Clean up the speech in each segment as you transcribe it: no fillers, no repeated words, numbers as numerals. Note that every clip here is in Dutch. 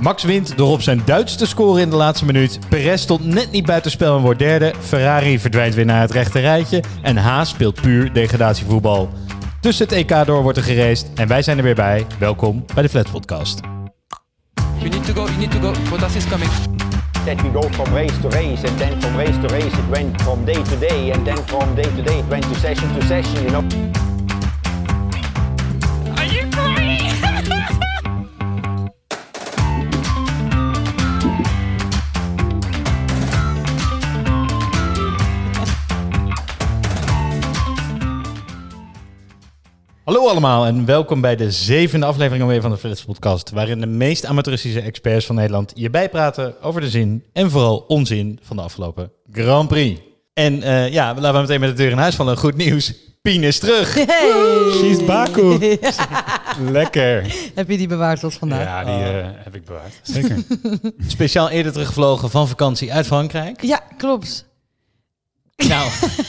Max wint door op zijn Duits te scoren in de laatste minuut. Perez stond net niet buitenspel en wordt derde. Ferrari verdwijnt weer naar het rechte rijtje. En Haas speelt puur degradatievoetbal. Tussen het EK door wordt er geraced en wij zijn er weer bij. Welkom bij de Flats Podcast. You need to go. Bottas is coming. That we go from race to race, and then from race to race it went from day to day, and then from day to day it went to session, you know. Are you crying? Hallo allemaal en welkom bij de 7e aflevering alweer van de Flats Podcast. Waarin de meest amateuristische experts van Nederland je bijpraten over de zin en vooral onzin van de afgelopen Grand Prix. En laten we meteen met de deur in huis vallen. Goed nieuws, Pien is terug. Hey. She's Baku. Lekker. Heb je die bewaard tot vandaag? Ja, die heb ik bewaard. Zeker. Speciaal eerder teruggevlogen van vakantie uit Frankrijk. Ja, klopt. Nou.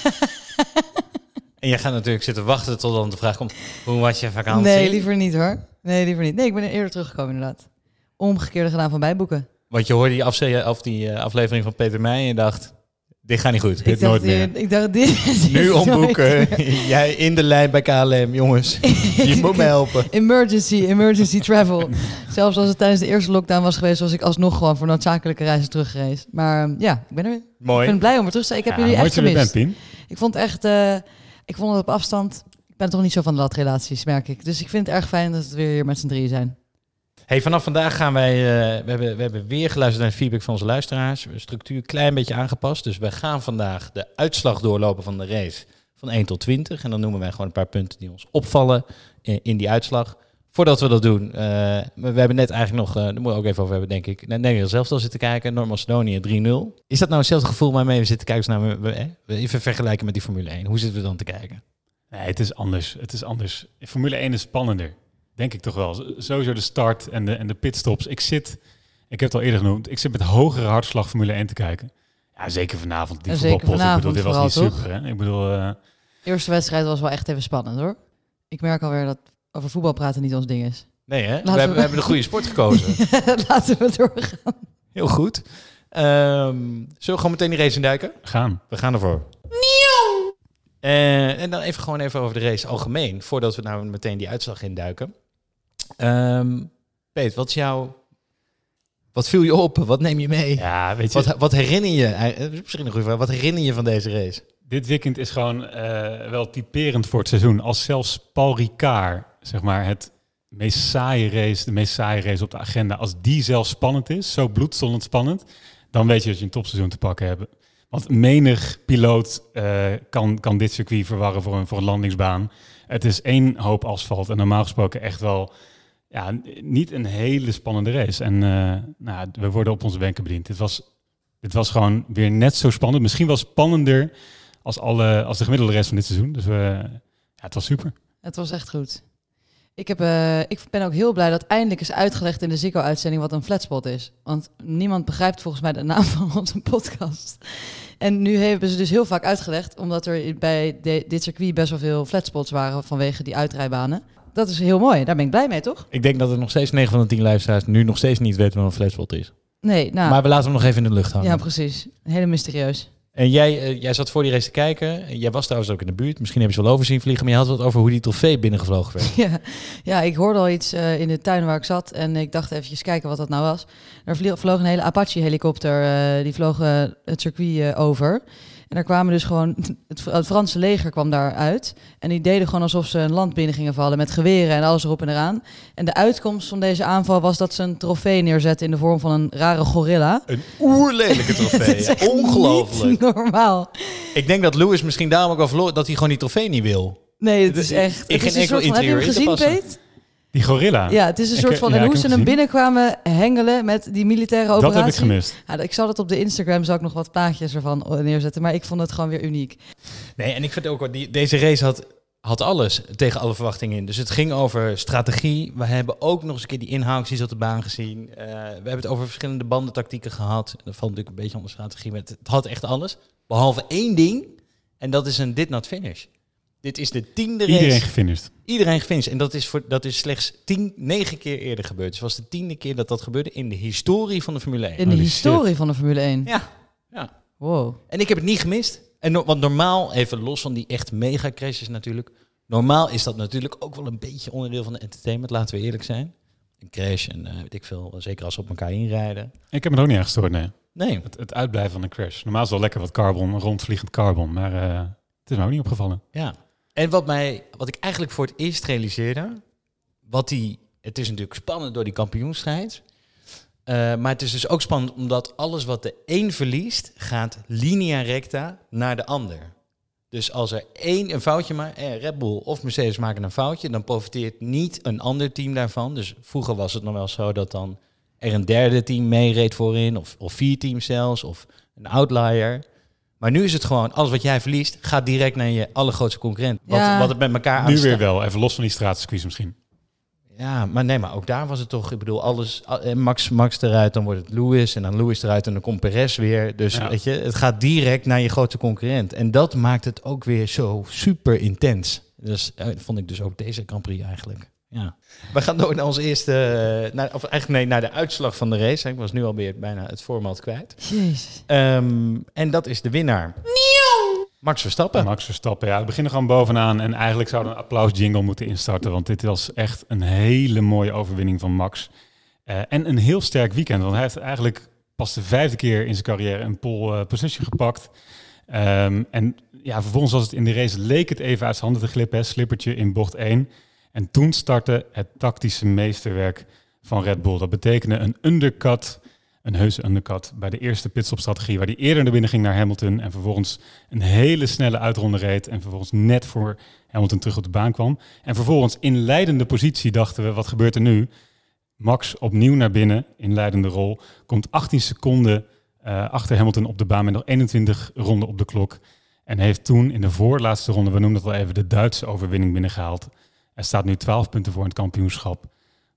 En jij gaat natuurlijk zitten wachten tot dan de vraag komt, hoe was je vakantie? Nee, liever niet hoor. Nee, ik ben eerder teruggekomen inderdaad. Omgekeerde gedaan van bijboeken. Want je hoorde die aflevering van Peter Meij en je dacht, dit gaat niet goed. Dit nooit meer. Ik dacht, dit Nu omboeken. Jij in de lijn bij KLM, jongens. Je moet me helpen. Emergency travel. Zelfs als het tijdens de eerste lockdown was geweest, was ik alsnog gewoon voor noodzakelijke reizen teruggereisd. Maar ik ben er weer. Mooi. Ik ben blij om weer terug te zijn. Ik heb jullie echt gemist. Ik vond echt, ik vond het op afstand. Ik ben toch niet zo van de latrelaties, merk ik. Dus ik vind het erg fijn dat we weer hier met z'n drieën zijn. Hey, vanaf vandaag gaan wij, we hebben weer geluisterd naar het feedback van onze luisteraars. De structuur een klein beetje aangepast. Dus we gaan vandaag de uitslag doorlopen van de race van 1 tot 20. En dan noemen wij gewoon een paar punten die ons opvallen in die uitslag. Voordat we dat doen, we hebben net eigenlijk nog, daar moeten we ook even over hebben, denk ik, naar Nederland zelf al zitten kijken. Noord-Macedonië 3-0. Is dat nou hetzelfde gevoel waarmee we zitten kijken? Dus even vergelijken met die Formule 1. Hoe zitten we dan te kijken? Nee, het is anders. Formule 1 is spannender. Denk ik toch wel. Sowieso de start en de pitstops. Ik heb het al eerder genoemd, ik zit met hogere hartslag Formule 1 te kijken. Ja, zeker vanavond. Die voetbalpot. Ik bedoel, dit was niet super. Hè? Ik bedoel, de eerste wedstrijd was wel echt even spannend hoor. Ik merk alweer dat over voetbal praten niet ons ding is. Nee hè? We hebben de goede sport gekozen. Laten we doorgaan. Heel goed. Zullen we gewoon meteen die race induiken? We gaan ervoor. En dan even over de race algemeen, voordat we nou meteen die uitslag induiken. Peet, wat viel je op? Wat neem je mee? Ja, weet je, wat herinner je? Misschien een goede vraag. Wat herinner je van deze race? dit weekend is gewoon wel typerend voor het seizoen. Als zelfs Paul Ricard, zeg maar, de meest saaie race op de agenda, als die zelfs spannend is, zo bloedstollend spannend, dan weet je dat je een topseizoen te pakken hebt. Want menig piloot kan dit circuit verwarren voor een landingsbaan. Het is één hoop asfalt en normaal gesproken echt wel niet een hele spannende race. En we worden op onze wenken bediend. Dit was gewoon weer net zo spannend. Misschien wel spannender als de gemiddelde rest van dit seizoen. Dus het was super. Het was echt goed. Ik ben ook heel blij dat eindelijk is uitgelegd in de Ziggo-uitzending wat een flatspot is. Want niemand begrijpt volgens mij de naam van onze podcast. En nu hebben ze dus heel vaak uitgelegd, omdat er bij dit circuit best wel veel flatspots waren vanwege die uitrijbanen. Dat is heel mooi. Daar ben ik blij mee, toch? Ik denk dat er nog steeds 9 van de 10 luisteraars nu nog steeds niet weten wat een flatspot is. Nee, maar we laten hem nog even in de lucht hangen. Ja, precies. Heel mysterieus. En jij zat voor die race te kijken. Jij was trouwens ook in de buurt. Misschien heb je ze wel over zien vliegen. Maar je had wat over hoe die trofee binnengevlogen werd. Ja, ik hoorde al iets in de tuin waar ik zat. En ik dacht eventjes kijken wat dat nou was. Er vloog een hele Apache-helikopter. Die vloog het circuit over. En daar kwamen dus gewoon... Het Franse leger kwam daar uit. En die deden gewoon alsof ze een land binnen gingen vallen. Met geweren en alles erop en eraan. En de uitkomst van deze aanval was dat ze een trofee neerzetten in de vorm van een rare gorilla. Een oerlelijke trofee. Ongelooflijk. Niet normaal. Ik denk dat Lewis misschien daarom ook al verloor, dat hij gewoon die trofee niet wil. Nee, het is echt... Ik geen enkel heb je hem gezien, Peet? Die gorilla? Ja, het is een soort van... En hoe ze hem binnenkwamen hengelen met die militaire operatie. Dat heb ik gemist. Ja, ik zal het op de Instagram, zal ik nog wat plaatjes ervan neerzetten. Maar ik vond het gewoon weer uniek. Nee, en ik vind ook, deze race had alles tegen alle verwachtingen in. Dus het ging over strategie. We hebben ook nog eens een keer die inhoudsjes op de baan gezien. We hebben het over verschillende bandentactieken gehad. Dat valt natuurlijk een beetje onder strategie. Maar het had echt alles. Behalve één ding. En dat is een did not finish. Dit is de 10e race. Iedereen gefinished. En dat is slechts 9 keer eerder gebeurd. Dus het was de 10e keer dat gebeurde in de historie van de Formule 1. In de historie van de Formule 1? Ja. Wow. En ik heb het niet gemist. Want normaal, even los van die echt mega crashes natuurlijk. Normaal is dat natuurlijk ook wel een beetje onderdeel van de entertainment, laten we eerlijk zijn. Een crash en weet ik veel, zeker als ze op elkaar inrijden. Ik heb me er ook niet echt gestoord, nee. Het uitblijven van een crash. Normaal is wel lekker wat carbon, rondvliegend carbon, maar het is me ook niet opgevallen. Ja. En wat ik eigenlijk voor het eerst realiseerde, het is natuurlijk spannend door die kampioenstrijd, maar het is dus ook spannend omdat alles wat de een verliest, gaat linea recta naar de ander. Dus als er een foutje maakt, Red Bull of Mercedes maken een foutje, dan profiteert niet een ander team daarvan. Dus vroeger was het nog wel zo dat dan er een derde team meereed voorin, of 4 teams zelfs, of een outlier. Maar nu is het gewoon, alles wat jij verliest, gaat direct naar je allergrootste concurrent. Wat het met elkaar aanstaat. Nu weer wel, even los van die straatcircuits misschien. Ja, maar ook daar was het toch, ik bedoel, alles, Max eruit, dan wordt het Lewis, en dan Lewis eruit en dan komt Perez weer. Dus weet je, het gaat direct naar je grootste concurrent. En dat maakt het ook weer zo super intens. Dus vond ik dus ook deze Grand Prix eigenlijk. Ja. We gaan door naar onze eerste, naar de uitslag van de race. Ik was nu alweer bijna het format kwijt. Jezus. En dat is de winnaar. Max Verstappen. Ja. We beginnen gewoon bovenaan. En eigenlijk zouden we een applausjingle moeten instarten. Want dit was echt een hele mooie overwinning van Max. En een heel sterk weekend. Want hij heeft eigenlijk pas de 5e keer in zijn carrière een pole position gepakt. En ja, vervolgens was het in de race, leek het even uit zijn handen te glippen. Slippertje in bocht 1. En toen startte het tactische meesterwerk van Red Bull. Dat betekende een undercut, een heuse undercut bij de eerste pitstopstrategie, waar hij eerder naar binnen ging naar Hamilton en vervolgens een hele snelle uitronde reed en vervolgens net voor Hamilton terug op de baan kwam. En vervolgens in leidende positie dachten we, wat gebeurt er nu? Max opnieuw naar binnen in leidende rol, komt 18 seconden achter Hamilton op de baan met nog 21 ronden op de klok. En heeft toen in de voorlaatste ronde, we noemen dat wel even, de Duitse overwinning binnengehaald. Hij staat nu 12 punten voor in het kampioenschap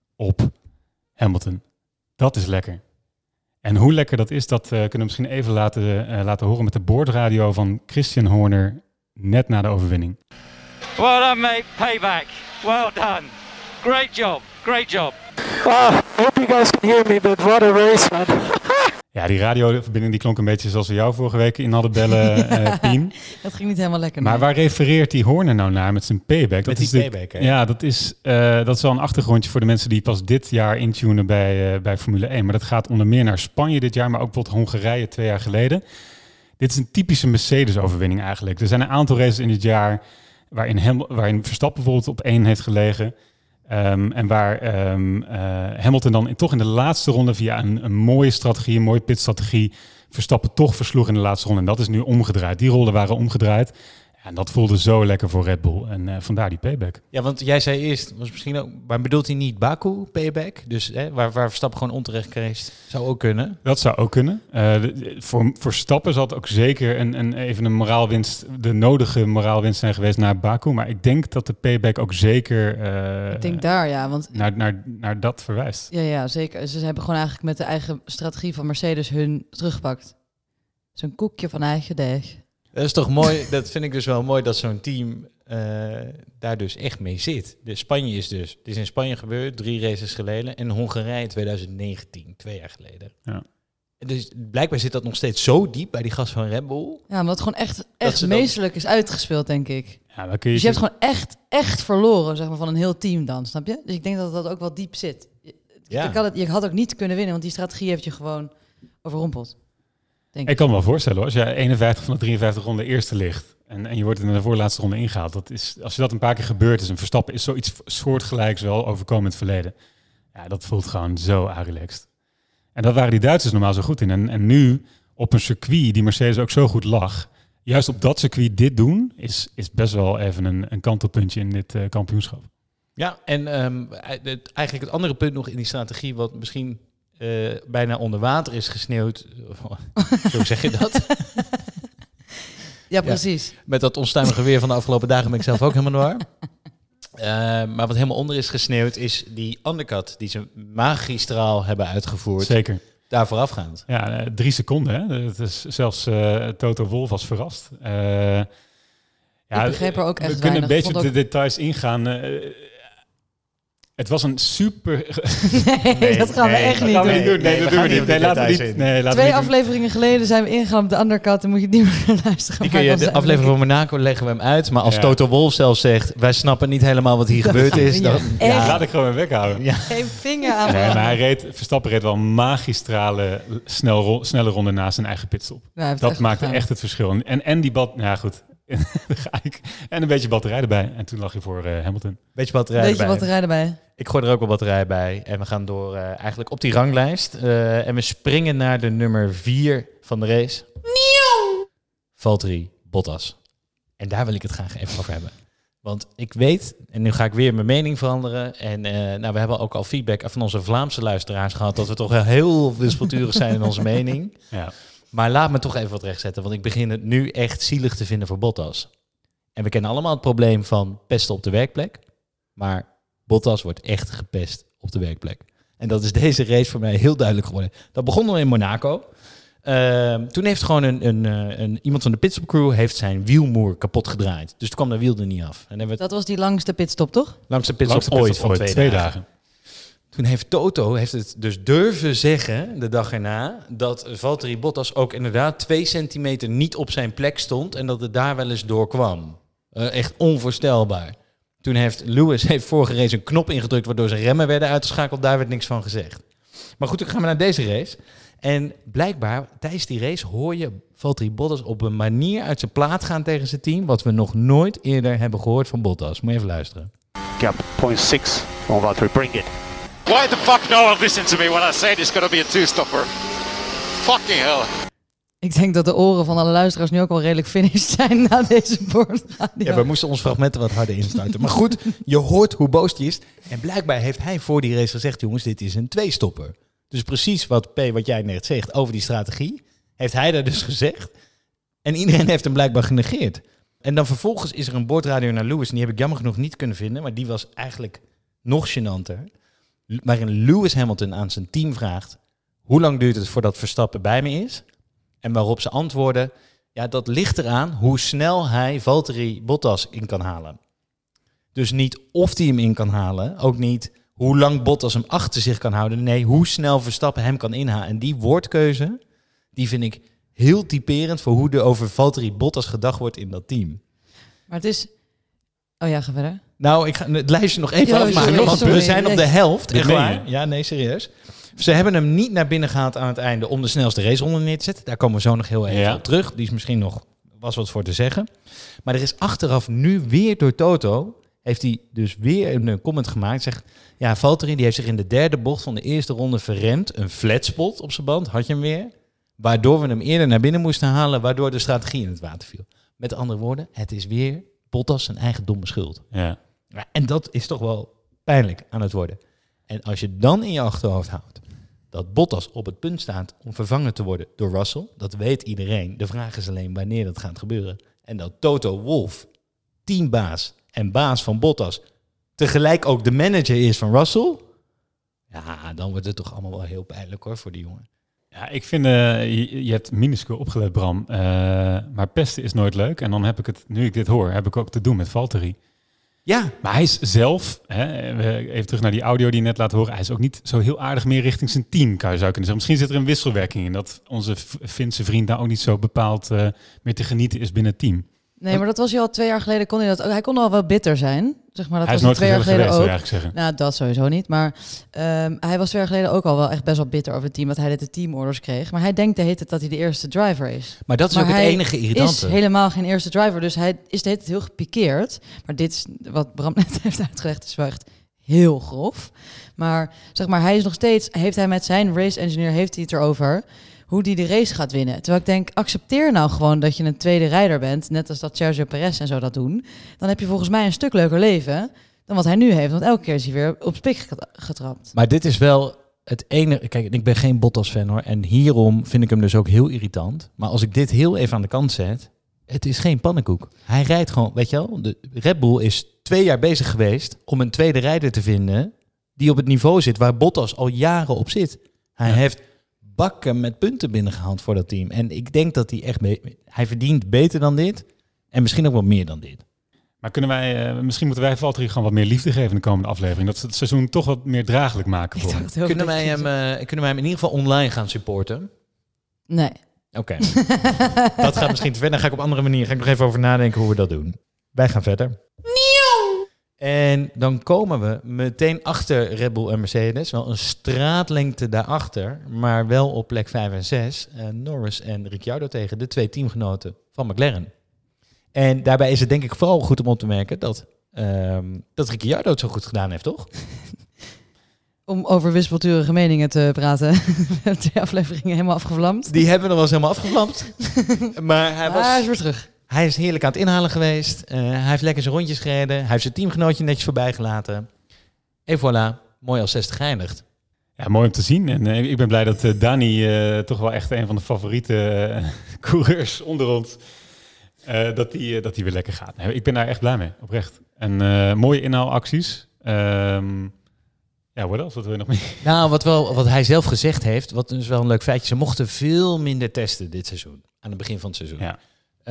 op Hamilton. Dat is lekker. En hoe lekker dat is, dat kunnen we misschien even laten horen met de boordradio van Christian Horner net na de overwinning. Well done, mate. Payback. Well done. Great job. Great job. Hope you guys can hear me, but what a race, man. Ja, die radioverbinding die klonk een beetje zoals we jou vorige week in hadden bellen, Pien. Dat ging niet helemaal lekker. Maar waar refereert die Horner nou naar met zijn payback? Dat is payback, hè? Ja, dat is wel een achtergrondje voor de mensen die pas dit jaar intunen bij Formule 1. Maar dat gaat onder meer naar Spanje dit jaar, maar ook bijvoorbeeld Hongarije 2 jaar geleden. Dit is een typische Mercedes-overwinning eigenlijk. Er zijn een aantal races in dit jaar waarin Verstappen bijvoorbeeld op 1 heeft gelegen. En waar Hamilton dan toch in de laatste ronde via een mooie strategie, een mooie pitstrategie, Verstappen toch versloeg in de laatste ronde. En dat is nu omgedraaid. Die rollen waren omgedraaid. En dat voelde zo lekker voor Red Bull. En vandaar die payback. Ja, want jij zei eerst, was misschien ook, maar bedoelt hij niet Baku payback? Dus waar Verstappen gewoon onterecht crasht, zou ook kunnen. Dat zou ook kunnen. Voor Verstappen zal het ook zeker even een moraalwinst, de nodige moraalwinst zijn geweest naar Baku. Maar ik denk dat de payback ook zeker ik denk daar, ja, want naar dat verwijst. Ja, zeker. Ze hebben gewoon eigenlijk met de eigen strategie van Mercedes hun teruggepakt. Zo'n koekje van eigen deeg. Dat is toch mooi, dat vind ik dus wel mooi dat zo'n team daar dus echt mee zit. De Spanje is dus, het is in Spanje gebeurd, 3 races geleden. En Hongarije 2019, 2 jaar geleden. Ja. Dus blijkbaar zit dat nog steeds zo diep bij die gast van Red Bull. Ja, omdat het gewoon echt meesterlijk is uitgespeeld, denk ik. Ja, dan kun je dus je hebt gewoon echt verloren, zeg maar, van een heel team dan, snap je? Dus ik denk dat dat ook wel diep zit. Je had ook niet kunnen winnen, want die strategie heeft je gewoon overrompeld. Ik kan me wel voorstellen, hoor. Als je 51 van de 53 ronden eerste ligt en je wordt in de voorlaatste ronde ingehaald. Dat is, als je dat een paar keer gebeurd is, een Verstappen is zoiets soortgelijks wel overkomen in het verleden. Ja, dat voelt gewoon zo relaxed. En dat waren die Duitsers normaal zo goed in. En nu op een circuit die Mercedes ook zo goed lag, juist op dat circuit dit doen, is best wel even een kantelpuntje in dit kampioenschap. Ja, en eigenlijk het andere punt nog in die strategie, wat misschien bijna onder water is gesneeuwd. Zo zeg je dat? Ja, precies. Ja, met dat onstuimige weer van de afgelopen dagen ben ik zelf ook helemaal door. Maar wat helemaal onder is gesneeuwd is die undercut die ze magistraal hebben uitgevoerd. Zeker. Daar voorafgaand. Ja, 3 seconden. Hè? Dat is zelfs Toto Wolff was verrast. Ja, Ik begreep er ook echt we kunnen een weinig. beetje op de details ingaan. Het was een super... Nee, dat gaan we echt niet Dat gaan we doen. niet doen. Nee, dat doen we niet. Nee, laten we niet. Nee, laten we 2 niet doen. afleveringen geleden zijn we ingegaan op de undercut. Dan moet je het niet meer luisteren. Die kun je, de aflevering van Monaco leggen we hem uit. Maar als Ja. Toto Wolff zelf zegt, wij snappen niet helemaal wat hier gebeurd is. Ja. Dan, Echt? Laat ik gewoon mijn weg houden. ja. Geen vinger aan. Nee, maar Verstappen reed wel een magistrale snelle ronde naast zijn eigen pitstop. Ja, hij heeft Dat echt maakte gedaan. echt het verschil. En die bad... Ja, goed. Daar ga ik. En een beetje batterij erbij. En toen lag je voor Hamilton. Beetje batterij Beetje erbij. batterij erbij. Ik gooi er ook wel batterij bij. En we gaan door eigenlijk op die ranglijst. En we springen naar de nummer 4 van de race. Valtteri Bottas. En daar wil ik het graag even over hebben. Want ik weet, en nu ga ik weer mijn mening veranderen. En we hebben ook al feedback van onze Vlaamse luisteraars gehad dat we toch wel heel wispelturig zijn in onze mening. Ja. Maar laat me toch even wat rechtzetten, want ik begin het nu echt zielig te vinden voor Bottas. En we kennen allemaal het probleem van pesten op de werkplek. Maar Bottas wordt echt gepest op de werkplek. En dat is deze race voor mij heel duidelijk geworden. Dat begon al in Monaco. Toen heeft gewoon iemand van de pitstopcrew heeft zijn wielmoer kapot gedraaid. Dus toen kwam dat wiel er niet af. En Dat was die langste pitstop, toch? langs de pitstop ooit van 2 dagen. Toen heeft Toto het dus durven zeggen, de dag erna, dat Valtteri Bottas ook inderdaad 2 centimeter niet op zijn plek stond en dat het daar wel eens door kwam. Echt onvoorstelbaar. Toen heeft Lewis vorige race een knop ingedrukt waardoor zijn remmen werden uitgeschakeld. Daar werd niks van gezegd. Maar goed, dan gaan we naar deze race. En blijkbaar, tijdens die race hoor je Valtteri Bottas op een manier uit zijn plaat gaan tegen zijn team, wat we nog nooit eerder hebben gehoord van Bottas. Moet je even luisteren. Gap 0.6 on Valtteri, bring it. Why the fuck no one listen to me when I say it's gonna be a 2-stopper? Fucking hell. Ik denk dat de oren van alle luisteraars nu ook al redelijk finished zijn na deze boordradio. Ja, we moesten ons fragmenten wat harder instarten. Maar goed, je hoort hoe boos hij is. En blijkbaar heeft hij voor die race gezegd, jongens, dit is een 2-stopper. Dus precies wat jij net zegt over die strategie, heeft hij daar dus gezegd. En iedereen heeft hem blijkbaar genegeerd. En dan vervolgens is er een boordradio naar Lewis, en die heb ik jammer genoeg niet kunnen vinden, maar die was eigenlijk nog gênanter. Waarin Lewis Hamilton aan zijn team vraagt, hoe lang duurt het voordat Verstappen bij me is? En waarop ze antwoorden, ja, dat ligt eraan hoe snel hij Valtteri Bottas in kan halen. Dus niet of hij hem in kan halen, ook niet hoe lang Bottas hem achter zich kan houden. Nee, hoe snel Verstappen hem kan inhalen. En die woordkeuze, die vind ik heel typerend voor hoe er over Valtteri Bottas gedacht wordt in dat team. Maar het is... Oh ja, ga verder. Nou, ik ga het lijstje nog even Ja, afmaken, sorry, want sorry. we zijn op de helft. Dit Echt meen je? waar. Ja, nee, serieus. Ze hebben hem niet naar binnen gehaald aan het einde om de snelste raceronde neer te zetten. Daar komen we zo nog heel even op terug. Die is misschien nog, was wat voor te zeggen. Maar er is achteraf nu weer door Toto, heeft hij dus weer een comment gemaakt. Zegt, ja, Valtteri die heeft zich in de 3e bocht van de eerste ronde verremd. Een flatspot op zijn band, had je hem weer. Waardoor we hem eerder naar binnen moesten halen, waardoor de strategie in het water viel. Met andere woorden, het is weer Bottas zijn eigen domme schuld. Ja. Ja, en dat is toch wel pijnlijk aan het worden. En als je dan in je achterhoofd houdt dat Bottas op het punt staat om vervangen te worden door Russell, dat weet iedereen. De vraag is alleen wanneer dat gaat gebeuren. En dat Toto Wolff, teambaas en baas van Bottas, tegelijk ook de manager is van Russell, ja, dan wordt het toch allemaal wel heel pijnlijk hoor voor die jongen. Ja, ik vind, je hebt minuscuul opgelet, Bram. Maar pesten is nooit leuk. En dan heb ik het, nu ik dit hoor, heb ik ook te doen met Valtteri. Ja. Maar hij is zelf, even terug naar die audio die je net laat horen, hij is ook niet zo heel aardig meer richting zijn team, zou kunnen zeggen. Misschien zit er een wisselwerking in, dat onze Finse vriend daar ook niet zo bepaald meer te genieten is binnen het team. Nee, maar dat was hij al 2 jaar geleden, kon hij dat ook. Hij kon al wel bitter zijn, zeg maar. Dat hij was is nooit 2 jaar geleden geweest, ook. zou je eigenlijk zeggen. Nou, dat sowieso niet. Maar hij was 2 jaar geleden ook al wel echt best wel bitter over het team, dat hij de teamorders kreeg. Maar hij denkt de hele tijd dat hij de eerste driver is. Maar dat is ook het enige irritante. Hij is helemaal geen eerste driver, dus hij is de hele tijd heel gepikeerd. Maar dit is, wat Bram net heeft uitgelegd, is wel echt heel grof. Maar zeg maar, hij is nog steeds, heeft hij met zijn race engineer, heeft hij het erover hoe die de race gaat winnen. Terwijl ik denk, accepteer nou gewoon dat je een tweede rijder bent, net als dat Sergio Perez en zo dat doen. Dan heb je volgens mij een stuk leuker leven dan wat hij nu heeft. Want elke keer is hij weer op spik getrapt. Maar dit is wel het enige. Kijk, ik ben geen Bottas-fan hoor. En hierom vind ik hem dus ook heel irritant. Maar als ik dit heel even aan de kant zet, het is geen pannenkoek. Hij rijdt gewoon, weet je wel, de Red Bull is 2 jaar bezig geweest om een tweede rijder te vinden die op het niveau zit waar Bottas al jaren op zit. Hij heeft bakken met punten binnengehaald voor dat team. En ik denk dat hij echt hij verdient beter dan dit. En misschien ook wat meer dan dit. Maar misschien moeten wij Valtteri gewoon wat meer liefde geven in de komende aflevering. Dat ze het seizoen toch wat meer draaglijk maken voor hem. Kunnen wij hem in ieder geval online gaan supporten? Nee. Oké. Dat gaat misschien te ver. Dan ga ik op andere manier nog even over nadenken hoe we dat doen. Wij gaan verder. En dan komen we meteen achter Red Bull en Mercedes. Wel een straatlengte daarachter, maar wel op plek 5 en 6. Norris en Ricciardo tegen de 2 teamgenoten van McLaren. En daarbij is het denk ik vooral goed om op te merken dat Ricciardo het zo goed gedaan heeft, toch? Om over wispelturige meningen te praten. We hebben 2 afleveringen helemaal afgevlamd. Die hebben we nog wel eens helemaal afgevlamd. Maar hij is weer terug. Hij is heerlijk aan het inhalen geweest. Hij heeft lekker zijn rondjes gereden. Hij heeft zijn teamgenootje netjes voorbij gelaten. En voilà, mooi als 60 geëindigd. Ja, mooi om te zien. En ik ben blij dat Dani toch wel echt een van de favoriete coureurs onder ons... dat die weer lekker gaat. Nee, ik ben daar echt blij mee, oprecht. En mooie inhaalacties. Wat else? Wat wil je nog meer? Nou, wat hij zelf gezegd heeft, wat dus wel een leuk feitje. Ze mochten veel minder testen dit seizoen. Aan het begin van het seizoen. Ja.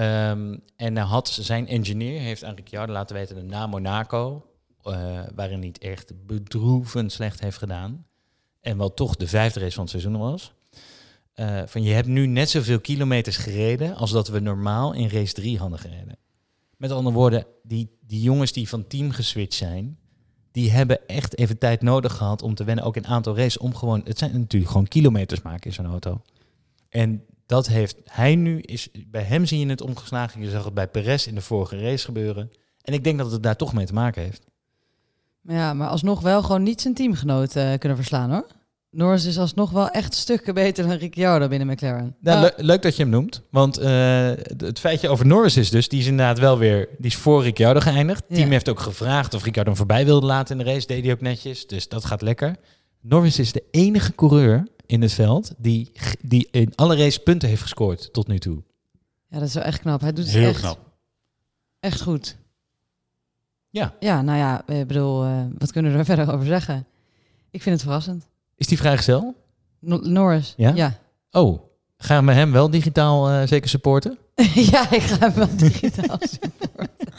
En zijn engineer heeft aan Ricciardo laten weten dat na Monaco, waarin hij het echt bedroevend slecht heeft gedaan. En wat toch de 5e race van het seizoen was. Je hebt nu net zoveel kilometers gereden als dat we normaal in race 3 hadden gereden. Met andere woorden, die jongens die van team geswitcht zijn, die hebben echt even tijd nodig gehad om te wennen. Ook een aantal races om gewoon, het zijn natuurlijk gewoon kilometers maken in zo'n auto. En dat heeft hij nu, bij hem zie je het omgeslagen. Je zag het bij Perez in de vorige race gebeuren. En ik denk dat het daar toch mee te maken heeft. Ja, maar alsnog wel gewoon niet zijn teamgenoot kunnen verslaan, hoor. Norris is alsnog wel echt stukken beter dan Ricciardo binnen McLaren. Nou, leuk dat je hem noemt. Want het feitje over Norris is dus, die is inderdaad wel weer, die is voor Ricciardo geëindigd. Het team heeft ook gevraagd of Ricciardo hem voorbij wilde laten in de race. Deed hij ook netjes, dus dat gaat lekker. Norris is de enige coureur in het veld die in alle races punten heeft gescoord tot nu toe. Ja, dat is wel echt knap. Hij doet het heel echt knap. Echt goed. Ja. Ja, nou ja, ik bedoel, wat kunnen we er verder over zeggen? Ik vind het verrassend. Is die vrijgezel? Norris? Ja? Ja. Oh, gaan we hem wel digitaal zeker supporten? Ja, ik ga hem wel digitaal supporten.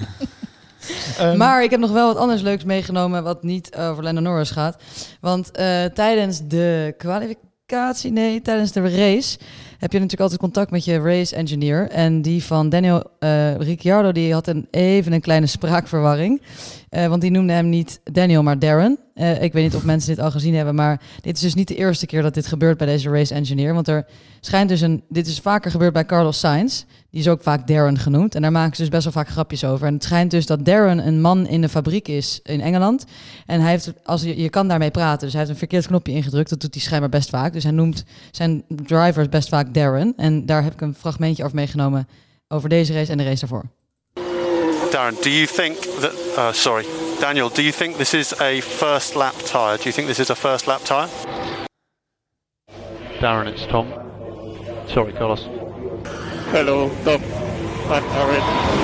Maar ik heb nog wel wat anders leuks meegenomen wat niet over Lando Norris gaat. Want tijdens de tijdens de race heb je natuurlijk altijd contact met je race engineer. En die van Daniel Ricciardo, die had even een kleine spraakverwarring. Want die noemde hem niet Daniel, maar Darren. Ik weet niet of mensen dit al gezien hebben, maar dit is dus niet de eerste keer dat dit gebeurt bij deze race engineer. Want er schijnt dus dit is vaker gebeurd bij Carlos Sainz. Die is ook vaak Darren genoemd. En daar maken ze dus best wel vaak grapjes over. En het schijnt dus dat Darren een man in de fabriek is in Engeland. En hij heeft, je kan daarmee praten. Dus hij heeft een verkeerd knopje ingedrukt. Dat doet hij schijnbaar best vaak. Dus hij noemt zijn drivers best vaak Darren. En daar heb ik een fragmentje over meegenomen over deze race en de race daarvoor. Darren, do you think that... Daniel, do you think this is a first lap tyre? Do you think this is a first lap tyre? Darren, it's Tom. Sorry, Carlos. Hello, Tom. I'm Darren.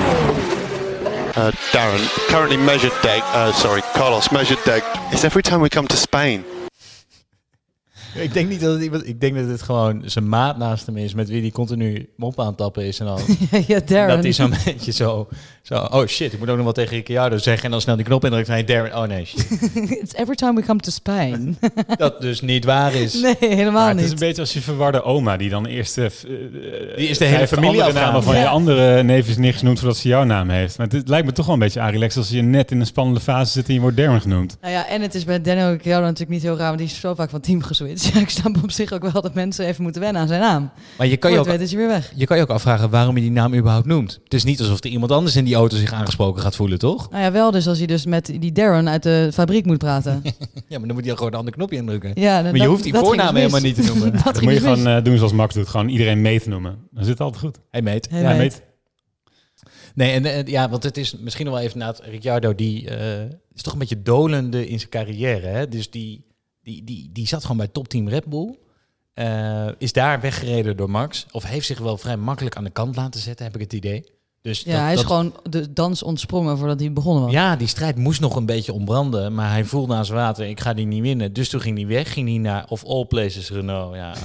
Darren, currently measured Carlos, measured deck. It's every time we come to Spain. Ik denk niet dat ik denk dat het gewoon zijn maat naast hem is met wie die continu mop aan het tappen is en al. Ja, Darren. Dat hij zo'n beetje zo, oh shit, ik moet ook nog wat tegen Ricciardo zeggen en dan snel die knop indrukt en hij Darren, oh nee shit. It's every time we come to Spain. Dat dus niet waar is. Nee, helemaal niet. Het is een beetje als je verwarde oma die dan eerst die is de hele familie namen van je andere neefjes niks noemt voordat ze jouw naam heeft. Maar het lijkt me toch wel een beetje Arilex als je net in een spannende fase zit en je wordt Darren genoemd. Nou ja, en het is bij Daniel Ricciardo natuurlijk niet heel raar, want die is zo vaak van team geswitcht. Ja, ik snap op zich ook wel dat mensen even moeten wennen aan zijn naam. Maar je kan je ook afvragen waarom je die naam überhaupt noemt. Het is niet alsof er iemand anders in die auto zich aangesproken gaat voelen, toch? Nou ja, wel dus als je dus met die Darren uit de fabriek moet praten. Ja, maar dan moet hij gewoon een ander knopje indrukken. Ja, maar je hoeft die voornaam helemaal niet te noemen. Dat moet je gewoon doen zoals Max doet. Gewoon iedereen mee te noemen. Dan zit het altijd goed. Hey meet. Hey meet. Nee, en ja, want het is misschien nog wel even na Ricciardo, die is toch een beetje dolende in zijn carrière. Hè? Dus die zat gewoon bij topteam Red Bull. Is daar weggereden door Max. Of heeft zich wel vrij makkelijk aan de kant laten zetten, heb ik het idee. Dus ja, hij is gewoon de dans ontsprongen voordat hij begonnen was. Ja, die strijd moest nog een beetje ontbranden. Maar hij voelde aan zijn water, ik ga die niet winnen. Dus toen ging hij weg. Ging hij naar of all places Renault. Ja,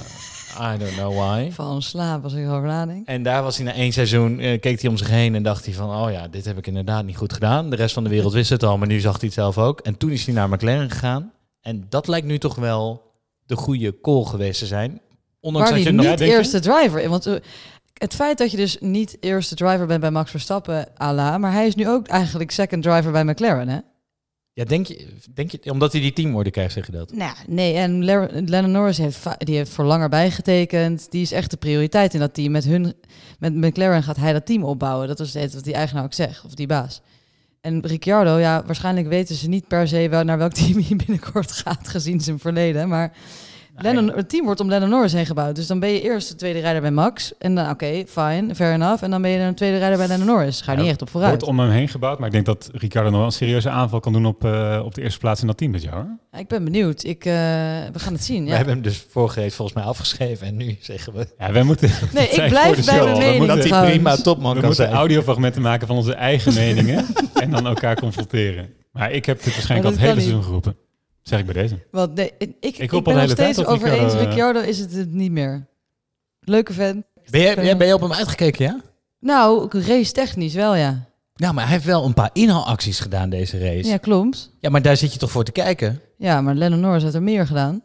I don't know why. Van slaap als ik erover nadenk. En daar was hij na 1 seizoen, keek hij om zich heen en dacht hij van, oh ja, dit heb ik inderdaad niet goed gedaan. De rest van de wereld wist het al, maar nu zag hij het zelf ook. En toen is hij naar McLaren gegaan. En dat lijkt nu toch wel de goede call geweest te zijn. Ondanks Waar dat hij je nog... niet eerste driver. Want het feit dat je dus niet eerste driver bent bij Max Verstappen, maar hij is nu ook eigenlijk second driver bij McLaren, hè? Ja, denk je, omdat hij die teamorde krijgt, zeg je dat? Nou, nee, en Lando Norris heeft voor langer bijgetekend. Die is echt de prioriteit in dat team. Met McLaren gaat hij dat team opbouwen. Dat is het wat die eigenaar ook zegt, of die baas. En Ricciardo, ja, waarschijnlijk weten ze niet per se naar welk team hij binnenkort gaat, gezien zijn verleden. Maar het team wordt om Lando Norris heen gebouwd. Dus dan ben je eerst de tweede rijder bij Max. En dan, oké, fine, fair enough. En dan ben je een tweede rijder bij Lando Norris. Ga je niet echt op vooruit. Wordt om hem heen gebouwd. Maar ik denk dat Ricciardo nog wel een serieuze aanval kan doen op de eerste plaats in dat team dit jaar. Hoor. Ja, ik ben benieuwd. We gaan het zien. Ja. We hebben hem dus vorige race volgens mij afgeschreven. En nu zeggen we... Ja, wij moeten... Nee, ik blijf bij mijn mening. Dat hij prima topman kan zijn. We moeten audiofragmenten maken van onze eigen meningen. En dan elkaar confronteren. Maar ik heb dit waarschijnlijk al het hele seizoen geroepen. Zeg ik bij deze. Want nee, ik roep ben al nog de hele steeds over eens. Ricciardo is het niet meer. Leuke fan. Ben je op hem uitgekeken, ja? Nou, race technisch wel, ja. Nou, maar hij heeft wel een paar inhaalacties gedaan deze race. Ja, klopt. Ja, maar daar zit je toch voor te kijken? Ja, maar Lando Norris heeft er meer gedaan.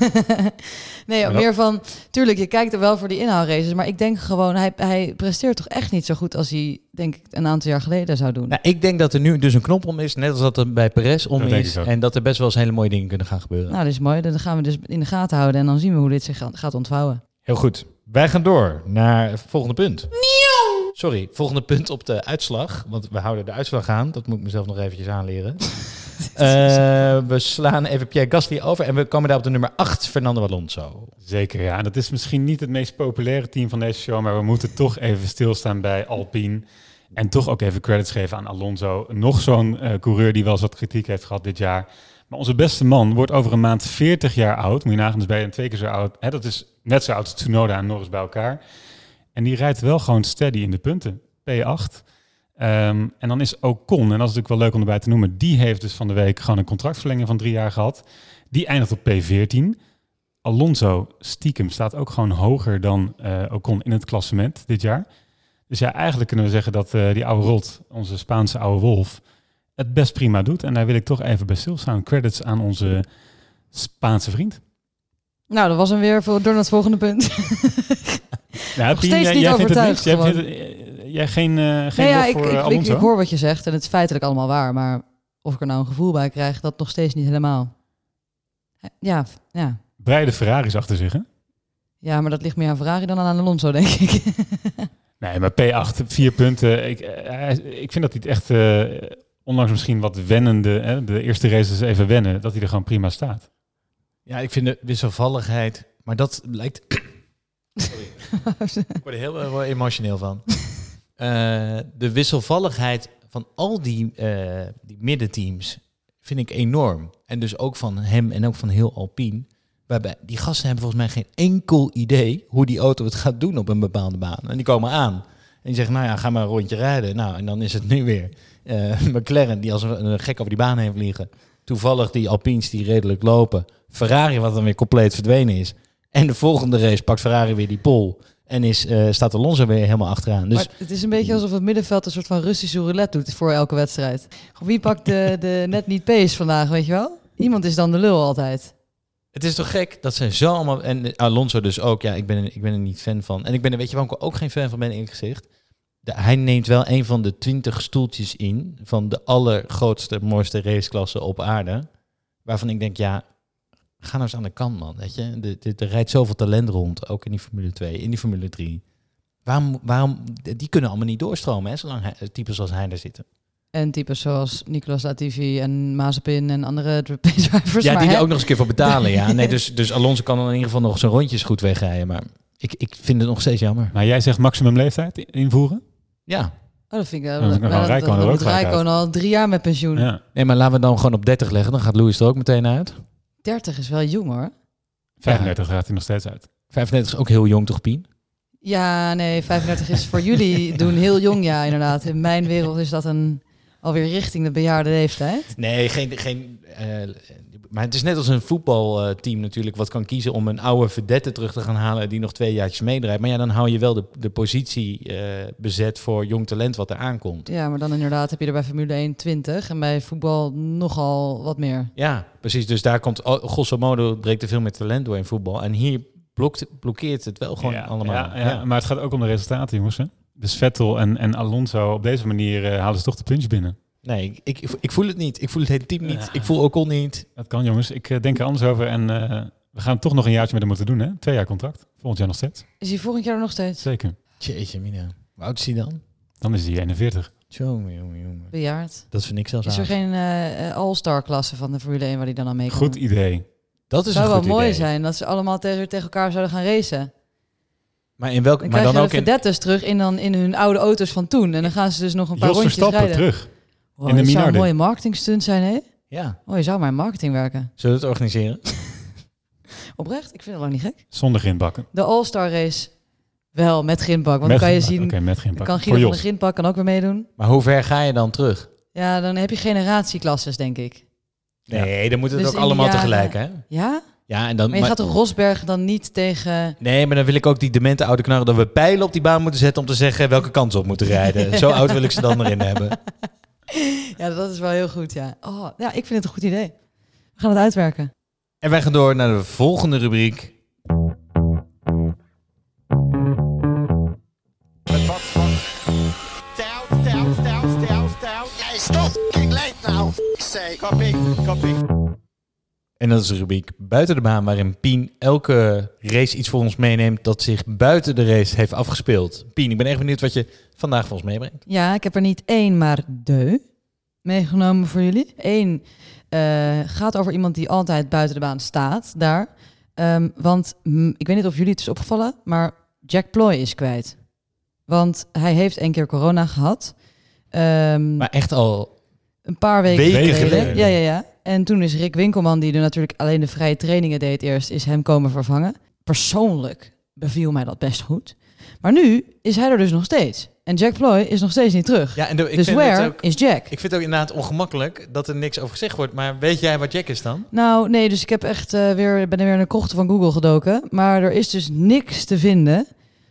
Nee, meer van... Tuurlijk, je kijkt er wel voor die inhaalraces. Maar ik denk gewoon, hij presteert toch echt niet zo goed als hij, denk ik, een aantal jaar geleden zou doen. Nou, ik denk dat er nu dus een knop om is. Net als dat er bij Perez om is. En dat er best wel eens hele mooie dingen kunnen gaan gebeuren. Nou, dat is mooi. Dan gaan we dus in de gaten houden. En dan zien we hoe dit zich gaat ontvouwen. Heel goed. Wij gaan door naar het volgende punt. Sorry, volgende punt op de uitslag. Want we houden de uitslag aan. Dat moet ik mezelf nog eventjes aanleren. We slaan even Pierre Gasly over. En we komen daar op de nummer 8, Fernando Alonso. Zeker, ja. En dat is misschien niet het meest populaire team van deze show. Maar we moeten toch even stilstaan bij Alpine. En toch ook even credits geven aan Alonso. Nog zo'n coureur die wel eens wat kritiek heeft gehad dit jaar. Maar onze beste man wordt over een maand 40 jaar oud. Moet je nagaan, dus ben je 2 keer zo oud. Hè, dat is net zo oud als Tsunoda en Norris bij elkaar. En die rijdt wel gewoon steady in de punten. P8. En dan is Ocon, en dat is natuurlijk wel leuk om erbij te noemen, die heeft dus van de week gewoon een contractverlenging van 3 jaar gehad. Die eindigt op P14. Alonso stiekem staat ook gewoon hoger dan Ocon in het klassement dit jaar. Dus ja, eigenlijk kunnen we zeggen dat die oude rot, onze Spaanse oude wolf, het best prima doet. En daar wil ik toch even bij stilstaan. Credits aan onze Spaanse vriend. Nou, dat was hem weer door naar het volgende punt. Nou, nog steeds niet overtuigd. Jij geen voor Alonso? Ik hoor wat je zegt en het is feitelijk allemaal waar. Maar of ik er nou een gevoel bij krijg, dat nog steeds niet helemaal. Ja. Breide Ferraris achter zich, hè? Ja, maar dat ligt meer aan Ferrari dan aan Alonso, denk ik. Nee, maar P8, 4 punten. Ik vind dat hij het echt, ondanks misschien wat wennende, de eerste races even wennen, dat hij er gewoon prima staat. Ja, ik vind de wisselvalligheid, maar dat lijkt... Sorry. Ik word er heel emotioneel van. De wisselvalligheid van al die middenteams vind ik enorm. En dus ook van hem en ook van heel Alpine. Waarbij die gasten hebben volgens mij geen enkel idee hoe die auto het gaat doen op een bepaalde baan. En die komen aan. En die zeggen, nou ja, ga maar een rondje rijden. Nou, en dan is het nu weer McLaren die als een gek over die baan heen vliegen. Toevallig die Alpines die redelijk lopen. Ferrari wat dan weer compleet verdwenen is. En de volgende race pakt Ferrari weer die pole. En staat Alonso weer helemaal achteraan. Dus... Maar het is een beetje alsof het middenveld een soort van Russische roulette doet voor elke wedstrijd. Wie pakt de net niet pace vandaag, weet je wel? Iemand is dan de lul altijd. Het is toch gek dat ze zo allemaal... En Alonso dus ook. Ja, ik ben er niet fan van. En weet je waarom ik er ook geen fan van ben, eerlijk gezegd? Hij neemt wel een van de 20 stoeltjes in van de allergrootste, mooiste raceklasse op aarde. Waarvan ik denk, ja, ga nou eens aan de kant, man. Weet je? Er rijdt zoveel talent rond, ook in die Formule 2, in die Formule 3. Waarom die kunnen allemaal niet doorstromen, hè, zolang types zoals hij er zitten. En types zoals Nicolas Latifi en Mazepin en andere drivers. Ja, die er ook nog eens een keer voor betalen, ja. Nee, dus Alonso kan dan in ieder geval nog zijn rondjes goed wegrijden. Maar ik vind het nog steeds jammer. Maar jij zegt maximum leeftijd invoeren? Ja. Oh, dat vind ik Rijkonen al 3 jaar met pensioen. Ja. Nee, maar laten we dan gewoon op 30 leggen. Dan gaat Lewis er ook meteen uit. 30 is wel jong, hoor. 35 gaat hij nog steeds uit. 35 is ook heel jong, toch, Pien? Ja, nee, 35 is voor jullie doen heel jong, ja, inderdaad. In mijn wereld is dat een Alweer richting de bejaarde leeftijd. Nee, maar het is net als een voetbalteam natuurlijk wat kan kiezen om een oude vedette terug te gaan halen die nog 2 jaartjes meedraait. Maar ja, dan hou je wel de positie bezet voor jong talent wat er aankomt. Ja, maar dan inderdaad heb je er bij Formule 1 20 en bij voetbal nogal wat meer. Ja, precies. Dus daar komt, grosso modo, breekt er veel meer talent door in voetbal. En hier blokkeert het wel gewoon allemaal. Ja, maar het gaat ook om de resultaten, jongens. Hè? Dus Vettel en Alonso, op deze manier halen ze toch de punch binnen. Nee, ik voel het niet. Ik voel het hele team niet. Ik voel Ocon niet. Dat kan, jongens. Ik denk er anders over. En we gaan toch nog een jaartje met hem moeten doen, hè? 2 jaar contract. Volgend jaar nog steeds. Is hij volgend jaar nog steeds? Zeker. Jeetje, Mina. Hoe oud is hij dan? Dan is hij 41. Jongen. Bejaard. Dat vind ik zelfs Is er geen all-star klasse van de Formule 1 waar die dan aan meekomt? Goed idee. Dat is zou een wel goed mooi idee. zijn dat ze allemaal tegen elkaar zouden gaan racen. Maar in welke? Dan Maar krijg dan je ook de vedettes terug in hun oude auto's van toen. En dan gaan ze dus nog een paar Jos rondjes Verstappen rijden. terug. Wow, in de dat zou een Minardi. mooie marketingstunt zijn, hè? Ja. Oh, je zou maar in marketing werken. Zullen we het organiseren? Oprecht, ik vind het lang niet gek. Zonder grindbakken. De All-Star race wel met grindbak. Want dan kan je zien, Oké, met dan grindbak. kan Voor Guido van de Jos. grindbak kan ook weer meedoen. Maar hoe ver ga je dan terug? Ja, dan heb je generatieklasses, denk ik. Nee, dan moet het Dus ook in de allemaal jaren- tegelijk, hè? Ja? Ja, en dan. Maar je gaat de Rosberg dan niet tegen... Nee, maar dan wil ik ook die demente oude knarren dat we pijlen op die baan moeten zetten om te zeggen welke kant ze op moeten rijden. Zo oud wil ik ze dan erin hebben. Ja, dat is wel heel goed, ja. Oh, ja, ik vind het een goed idee. We gaan het uitwerken. En wij gaan door naar de volgende rubriek. Hey, stop! King late now. Say. Copy. En dat is de rubriek Buiten de Baan, waarin Pien elke race iets voor ons meeneemt dat zich buiten de race heeft afgespeeld. Pien, ik ben echt benieuwd wat je vandaag voor ons meebrengt. Ja, ik heb er niet 1, maar 2 meegenomen voor jullie. 1 gaat over iemand die altijd buiten de baan staat daar. Want ik weet niet of jullie het is opgevallen, maar Jack Ploy is kwijt. Want hij heeft 1 keer corona gehad. Maar echt al een paar weken weken geleden. Ja. En toen is Rick Winkelman, die er natuurlijk alleen de vrije trainingen deed eerst, is hem komen vervangen. Persoonlijk beviel mij dat best goed. Maar nu is hij er dus nog steeds. En Jack Ploy is nog steeds niet terug. Ja, en ik dus vind where het ook, is Jack? Ik vind het ook inderdaad ongemakkelijk dat er niks over gezegd wordt. Maar weet jij wat Jack is dan? Nou, nee, dus ik heb echt ben weer in de krochten van Google gedoken. Maar er is dus niks te vinden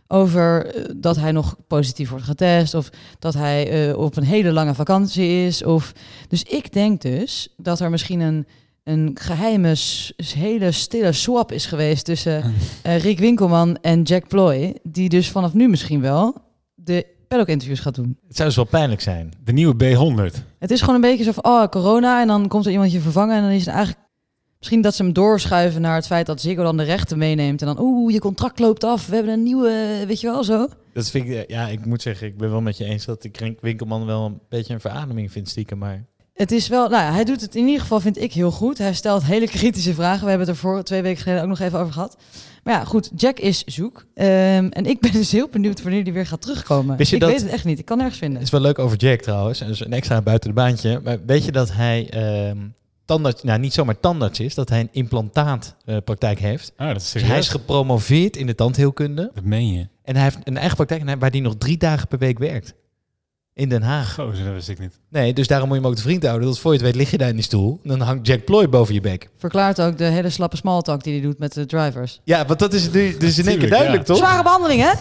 over dat hij nog positief wordt getest. Of dat hij op een hele lange vakantie is. Dus ik denk dus dat er misschien een geheime, hele stille swap is geweest tussen Rick Winkelman en Jack Ploy. Die dus vanaf nu misschien wel de paddock-interviews gaat doen. Het zou dus wel pijnlijk zijn. De nieuwe B100. Het is gewoon een beetje zo van, corona. En dan komt er iemand je vervangen. En dan is het eigenlijk misschien dat ze hem doorschuiven naar het feit dat Ziggo dan de rechten meeneemt. En dan, je contract loopt af. We hebben een nieuwe, weet je wel, zo. Dat vind ik, ik moet zeggen, ik ben wel met je eens dat ik Rick Winkelman wel een beetje een verademing vind stiekem, maar... Het is wel, hij doet het in ieder geval, vind ik, heel goed. Hij stelt hele kritische vragen. We hebben het er voor 2 weken geleden ook nog even over gehad. Maar ja, goed, Jack is zoek. En ik ben dus heel benieuwd wanneer hij weer gaat terugkomen. Weet weet het echt niet. Ik kan nergens vinden. Het is wel leuk over Jack trouwens. Dus een extra buiten de baantje. Maar weet je dat hij tandarts, niet zomaar tandarts is, dat hij een implantaatpraktijk heeft. Dat is Dus serieus. hij is gepromoveerd in de tandheelkunde. Dat meen je. En hij heeft een eigen praktijk waar hij nog 3 dagen per week werkt. In Den Haag. Gozer, dat wist ik niet. Nee, dus daarom moet je hem ook de vriend houden. Dat voor je het weet lig je daar in die stoel. En dan hangt Jack Ploy boven je bek. Verklaart ook de hele slappe smalltalk die hij doet met de drivers. Ja, want dat is nu dus in één keer duidelijk, toch? Zware behandeling, hè?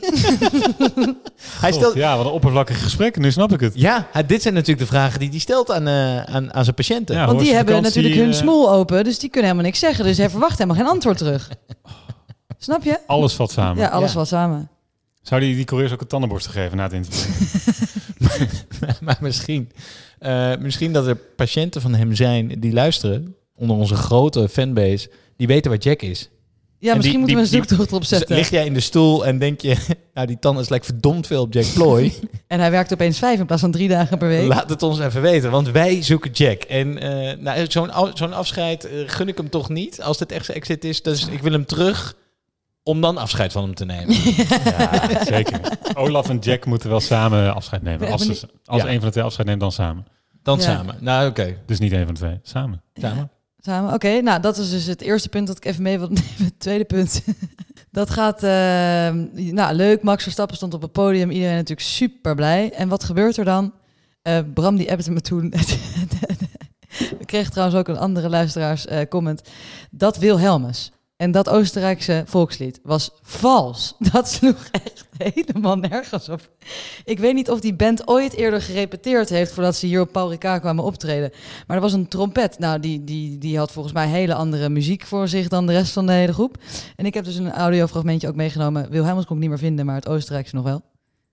Hij stelt... Ja, wat een oppervlakkig gesprek. Nu snap ik het. Ja, dit zijn natuurlijk de vragen die hij stelt aan zijn patiënten. Ja, Want die hebben vakantie, natuurlijk hun smoel open, dus die kunnen helemaal niks zeggen. Dus hij verwacht helemaal geen antwoord terug. Snap je? Alles valt samen. Ja, alles valt samen. Zou die coureurs ook een tandenborstel geven na het interview? Maar misschien dat er patiënten van hem zijn die luisteren, onder onze grote fanbase, die weten waar Jack is. Ja, misschien moeten we een zoektocht erop zetten. Lig jij in de stoel en denk je, die tandarts lijkt verdomd veel op Jack Ploy. En hij werkt opeens 5 in plaats van 3 dagen per week. Laat het ons even weten, want wij zoeken Jack. En zo'n afscheid gun ik hem toch niet, als dit echt zijn exit is. Dus ik wil hem terug om dan afscheid van hem te nemen. Ja, zeker. Olaf en Jack moeten wel samen afscheid nemen. Als een van de 2 afscheid neemt, dan samen. Dan samen. Nou, oké. Dus niet een van de 2. Samen. Samen. Oké, nou dat is dus het eerste punt dat ik even mee wil nemen. Het tweede punt. Dat gaat leuk. Max Verstappen stond op het podium. Iedereen natuurlijk super blij. En wat gebeurt er dan? Bram die appte me toen. We kregen trouwens ook een andere luisteraars comment. Dat Wilhelmus en dat Oostenrijkse volkslied was vals. Dat sloeg echt helemaal nergens op. Ik weet niet of die band ooit eerder gerepeteerd heeft voordat ze hier op Paul Ricard kwamen optreden. Maar er was een trompet. Nou, die had volgens mij hele andere muziek voor zich dan de rest van de hele groep. En ik heb dus een audiofragmentje ook meegenomen. Wilhelmus kon ik niet meer vinden, maar het Oostenrijkse nog wel.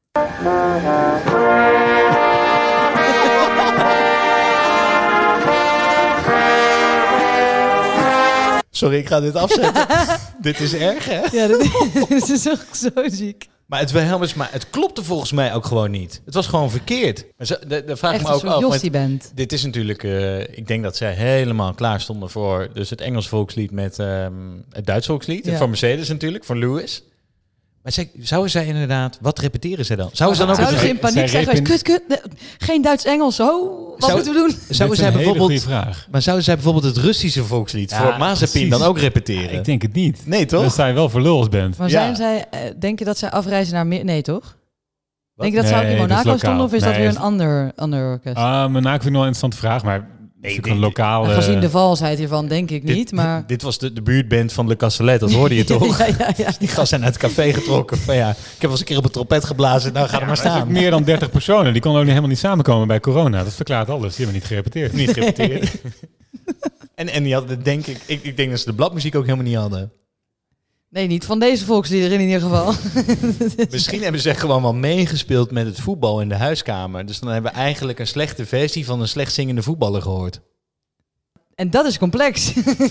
Sorry, ik ga dit afzetten. Dit is erg, hè? Ja, dit is ook zo ziek. Maar het Wilhelmus, maar het klopte volgens mij ook gewoon niet. Het was gewoon verkeerd. Daar vraag ik me ook af. Jostie-band. Dit is natuurlijk, ik denk dat zij helemaal klaar stonden voor dus het Engels volkslied met het Duits volkslied. Ja. Voor Mercedes natuurlijk, voor Lewis. Maar zouden zij inderdaad, wat repeteren ze dan? Zouden ze in paniek zeggen, kut, geen Duits-Engels, wat moeten we doen? Zouden zij bijvoorbeeld het Russische volkslied voor Mazepin dan ook repeteren? Ja, ik denk het niet. Nee, toch? Dat sta je wel voor lul als band. Maar denk je dat zij afreizen naar meer? Nee, toch? Wat? Denk je dat zij ook in Monaco stonden of is dat weer een ander orkest? Monaco vind ik nog een interessante vraag, maar... een lokaal... gezien de valsheid hiervan denk ik niet, maar... Dit was de buurtband van Le Castellet, dat hoorde je toch? Ja. Die gasten zijn uit het café getrokken. Van, ik heb wel eens een keer op een trompet geblazen, nou ga er maar staan. Meer dan 30 personen, die konden ook helemaal niet samenkomen bij corona. Dat verklaart alles, die hebben niet gerepeteerd. En die hadden, denk ik denk dat ze de bladmuziek ook helemaal niet hadden. Nee, niet van deze volksliederen in ieder geval. Misschien hebben ze gewoon wel meegespeeld met het voetbal in de huiskamer. Dus dan hebben we eigenlijk een slechte versie van een slecht zingende voetballer gehoord. En dat is complex.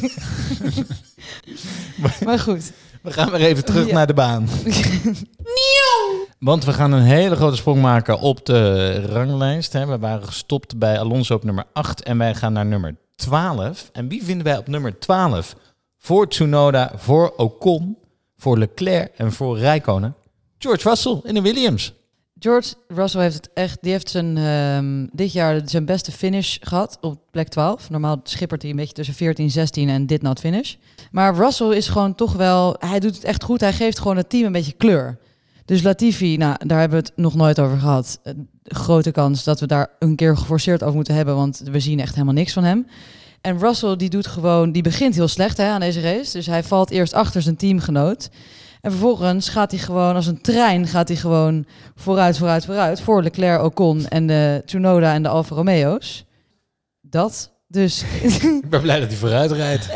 Maar goed. We gaan weer even terug naar de baan. Want we gaan een hele grote sprong maken op de ranglijst. We waren gestopt bij Alonso op nummer 8 en wij gaan naar nummer 12. En wie vinden wij op nummer 12? Voor Tsunoda, voor Ocon, voor Leclerc en voor Räikkönen. George Russell in de Williams. George Russell heeft het echt. Die heeft dit jaar zijn beste finish gehad op plek 12. Normaal schippert hij een beetje tussen 14 en 16 en did not finish. Maar Russell is gewoon toch wel. Hij doet het echt goed. Hij geeft gewoon het team een beetje kleur. Dus Latifi, daar hebben we het nog nooit over gehad. Grote kans dat we daar een keer geforceerd over moeten hebben, want we zien echt helemaal niks van hem. En Russell die begint heel slecht aan deze race. Dus hij valt eerst achter zijn teamgenoot. En vervolgens gaat hij gewoon als een trein vooruit. Voor Leclerc, Ocon en de Tsunoda en de Alfa Romeo's. Dat dus. Ik ben blij dat hij vooruit rijdt.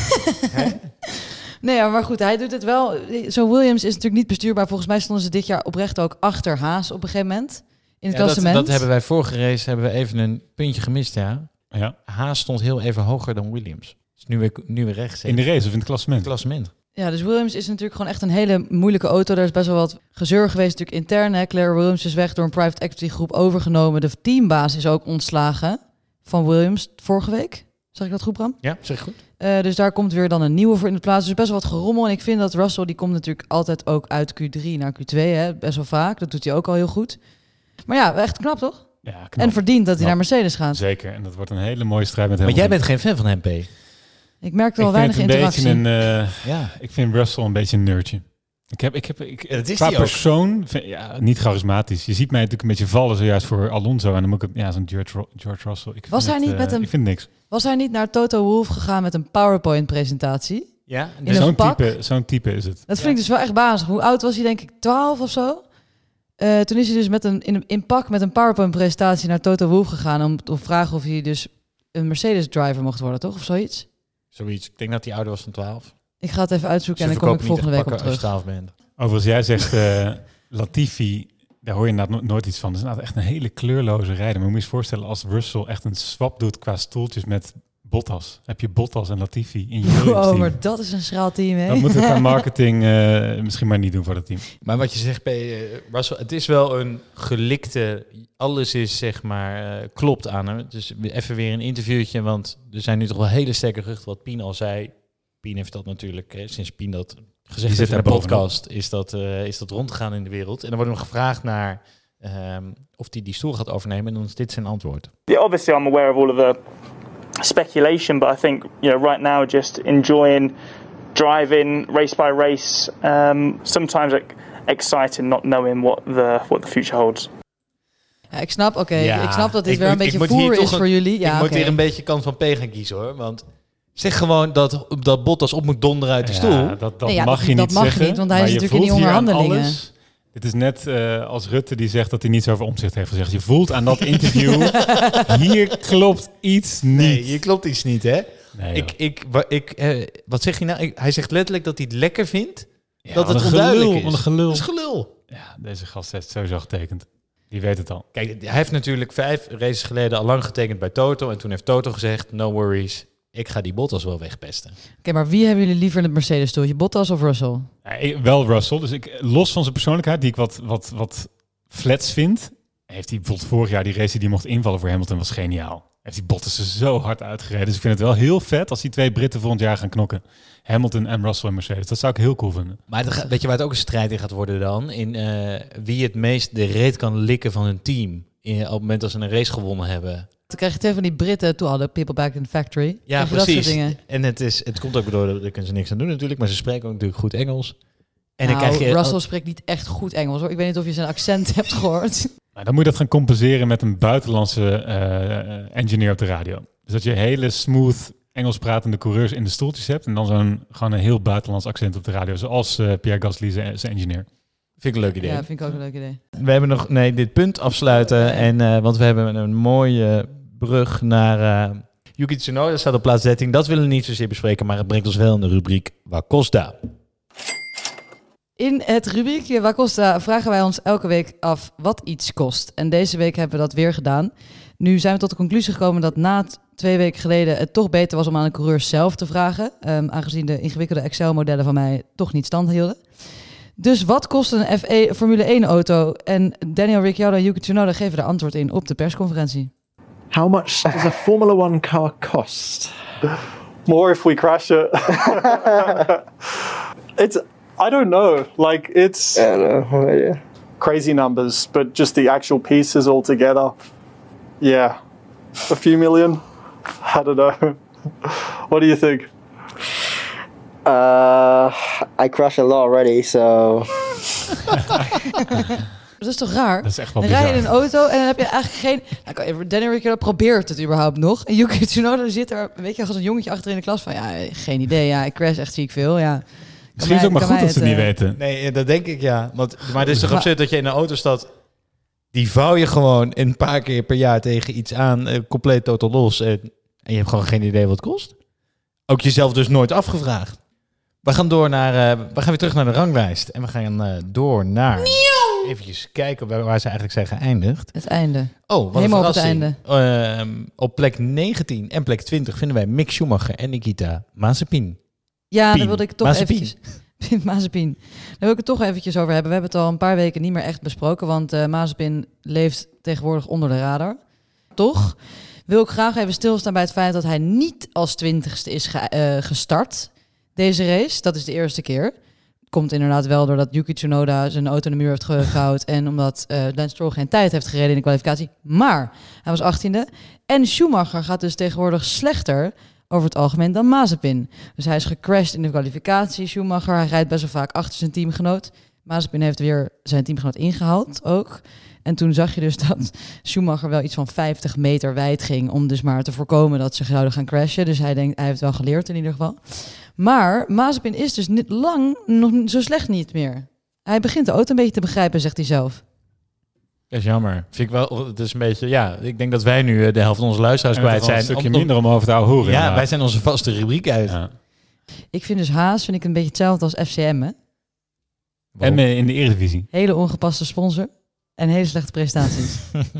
Nee, maar goed, hij doet het wel. Zo'n Williams is natuurlijk niet bestuurbaar. Volgens mij stonden ze dit jaar oprecht ook achter Haas op een gegeven moment. In het klassement. Dat hebben wij vorige race even een puntje gemist, ja. Haas stond heel even hoger dan Williams. Dus nu weer rechts. In de race of in het klassement? Ja, dus Williams is natuurlijk gewoon echt een hele moeilijke auto. Er is best wel wat gezeur geweest natuurlijk intern. Claire Williams is weg door een private equity groep overgenomen. De teambaas is ook ontslagen van Williams vorige week. Zeg ik dat goed, Bram? Ja, zeg goed. Dus daar komt weer dan een nieuwe voor in de plaats. Dus best wel wat gerommel. En ik vind dat Russell, die komt natuurlijk altijd ook uit Q3 naar Q2. Best wel vaak. Dat doet hij ook al heel goed. Maar ja, echt knap, toch? Ja, knap. En verdient dat hij naar Mercedes gaat. Zeker, en dat wordt een hele mooie strijd met hem. Maar jij bent geen fan van hem, P? Ik merk wel weinig interactie. Ik vind Russell een beetje een nerdje. Qua persoon, niet charismatisch. Je ziet mij natuurlijk een beetje vallen zojuist voor Alonso. En dan moet ik zo'n George Russell. Ik vind niks. Was hij niet naar Toto Wolff gegaan met een PowerPoint-presentatie? Ja, zo'n type is het. Dat vind ik dus wel echt bazig. Hoe oud was hij, denk ik? 12 of zo? Toen is hij dus in pak met een PowerPoint-presentatie naar Toto Wolff gegaan om te vragen of hij dus een Mercedes-driver mocht worden, toch? Of zoiets? Zoiets. Ik denk dat hij ouder was dan 12. Ik ga het even uitzoeken en dan kom ik volgende week op terug. Overigens, jij zegt Latifi, daar hoor je inderdaad nooit iets van. Dat is inderdaad echt een hele kleurloze rijder. Maar moet je je voorstellen als Russell echt een swap doet qua stoeltjes met Bottas. Heb je Bottas en Latifi in je Williams team. Maar dat is een schraal team, hè? Dat moeten we qua marketing misschien maar niet doen voor dat team. Maar wat je zegt, Russell, het is wel een gelikte... Alles is, zeg maar, klopt aan hem. Dus even weer een interviewtje, want er zijn nu toch wel hele sterke geruchten wat Pien al zei. Pien heeft dat natuurlijk, sinds Pien dat gezegd heeft in de podcast, is dat rondgegaan in de wereld. En dan wordt hem gevraagd naar of hij die stoel gaat overnemen. En dan is dit zijn antwoord. Yeah, obviously I'm aware of all of the speculation, but I think right now just enjoying driving race by race. Sometimes exciting, not knowing what the future holds. Ja, ik snap dat dit ik weer een moet- beetje ik moet voer hier is toch voor jullie. Ja, ik moet oké. hier een beetje kant van P gaan kiezen hoor. Want zeg gewoon dat Bottas op moet donderen uit de stoel. Dat Nee, ja, mag je dat niet mag zeggen. niet, want hij maar is je natuurlijk in voelt die hier aan onderhandelingen. alles. Het is net als Rutte die zegt dat hij niets over Omtzigt heeft gezegd. Je voelt aan dat interview, hier klopt iets niet. Nee, hier klopt iets niet hè. Nee, Wat zeg je nou? Hij zegt letterlijk dat hij het lekker vindt Ja, dat wat het een onduidelijk gelul, is. wat een gelul. Dat is gelul. Ja, deze gast heeft sowieso getekend. Die weet het al. Kijk, hij heeft natuurlijk 5 races geleden al lang getekend bij Toto. En toen heeft Toto gezegd, no worries, ik ga die Bottas wel wegpesten. Oké, maar wie hebben jullie liever in het Mercedes-stoeltje? Bottas of Russell? Ja, wel Russell. Dus los van zijn persoonlijkheid, die ik wat flats vind, heeft hij bijvoorbeeld vorig jaar die race die mocht invallen voor Hamilton was geniaal. Heeft die Bottas er zo hard uitgereden. Dus ik vind het wel heel vet als die 2 Britten volgend jaar gaan knokken. Hamilton en Russell en Mercedes. Dat zou ik heel cool vinden. Maar weet je waar het ook een strijd in gaat worden dan? In wie het meest de reet kan likken van hun team. Op het moment dat ze een race gewonnen hebben. Dan krijg je 2 van die Britten, toen hadden People Back in the Factory. Ja, Krijg je dat soort precies. dingen. En het komt ook door, daar kunnen ze niks aan doen natuurlijk. Maar ze spreken ook natuurlijk goed Engels. En dan Nou, krijg je... Russell spreekt niet echt goed Engels hoor. Ik weet niet of je zijn accent hebt gehoord. Maar dan moet je dat gaan compenseren met een buitenlandse engineer op de radio. Dus dat je hele smooth Engels pratende coureurs in de stoeltjes hebt. En dan gewoon een heel buitenlands accent op de radio. Zoals Pierre Gasly, zijn engineer. Vind ik een leuk idee. Ja, vind ik ook een leuk idee. We hebben nog... Nee, dit punt afsluiten. En, want we hebben een mooie brug naar... Yuki Tsunoda staat op plaats 13. Dat willen we niet zozeer bespreken. Maar het brengt ons wel in de rubriek Waar Costa. In het rubriekje Waar Costa vragen wij ons elke week af wat iets kost. En deze week hebben we dat weer gedaan. Nu zijn we tot de conclusie gekomen dat na 2 weken geleden het toch beter was om aan de coureur zelf te vragen. Aangezien de ingewikkelde Excel-modellen van mij toch niet stand hielden. Dus wat kost een Formule 1 auto? En Daniel Ricciardo en Yuki Tsunoda geven er antwoord in op de persconferentie. How much does a Formula 1 car cost? More if we crash it. I don't know. Like, it's crazy numbers, but just the actual pieces all together, yeah, a few million. I don't know. What do you think? I crashed a lot already, so... Dat is toch raar? Dat is echt wel dan rij je in bizar. een auto en dan heb je eigenlijk geen... Daniel Ricciardo probeert het überhaupt nog. En Yuki Tsunoda zit er, weet je, als een jongetje achter in de klas van... Ja, geen idee. Ja, ik crash echt ziek veel. Ja. Misschien is het ook maar goed dat ze het niet weten. Nee, dat denk ik ja. Maar het is toch absurd dat je in een auto staat... Die vouw je gewoon een paar keer per jaar tegen iets aan. Compleet totaal los. En je hebt gewoon geen idee wat het kost. Ook jezelf dus nooit afgevraagd. We gaan weer terug naar de ranglijst. En we gaan door naar... Even kijken waar ze eigenlijk zijn geëindigd. Het einde. Oh, wat helemaal een op het verrassing. einde. Op plek 19 en plek 20 vinden wij Mick Schumacher en Nikita Mazepin. Ja, daar wilde ik toch Mazepin. eventjes... Mazepin. Daar wil ik het toch eventjes over hebben. We hebben het al een paar weken niet meer echt besproken, want Mazepin leeft tegenwoordig onder de radar. Toch wil ik graag even stilstaan bij het feit dat hij niet als 20ste is gestart, deze race. Dat is de eerste keer. Komt inderdaad wel doordat Yuki Tsunoda zijn auto in de muur heeft gevouwd en omdat Lance Stroll geen tijd heeft gereden in de kwalificatie. Maar hij was 18e. En Schumacher gaat dus tegenwoordig slechter over het algemeen dan Mazepin. Dus hij is gecrashed in de kwalificatie, Schumacher. Hij rijdt best wel vaak achter zijn teamgenoot. Mazepin heeft weer zijn teamgenoot ingehaald ook. En toen zag je dus dat Schumacher wel iets van 50 meter wijd ging... om dus maar te voorkomen dat ze zouden gaan crashen. Dus hij heeft wel geleerd in ieder geval. Maar Mazepin is dus lang nog zo slecht niet meer. Hij begint de auto een beetje te begrijpen, zegt hij zelf. Dat is jammer. Vind ik wel, het is een beetje, ja, ik denk dat wij nu de helft van onze luisteraars kwijt zijn. Een stukje minder om over te houden horen. Ja, wij zijn onze vaste rubriek uit. Ja. Ik vind dus Haas een beetje hetzelfde als FCM, hè? En in de Eredivisie. Hele ongepaste sponsor en hele slechte prestaties.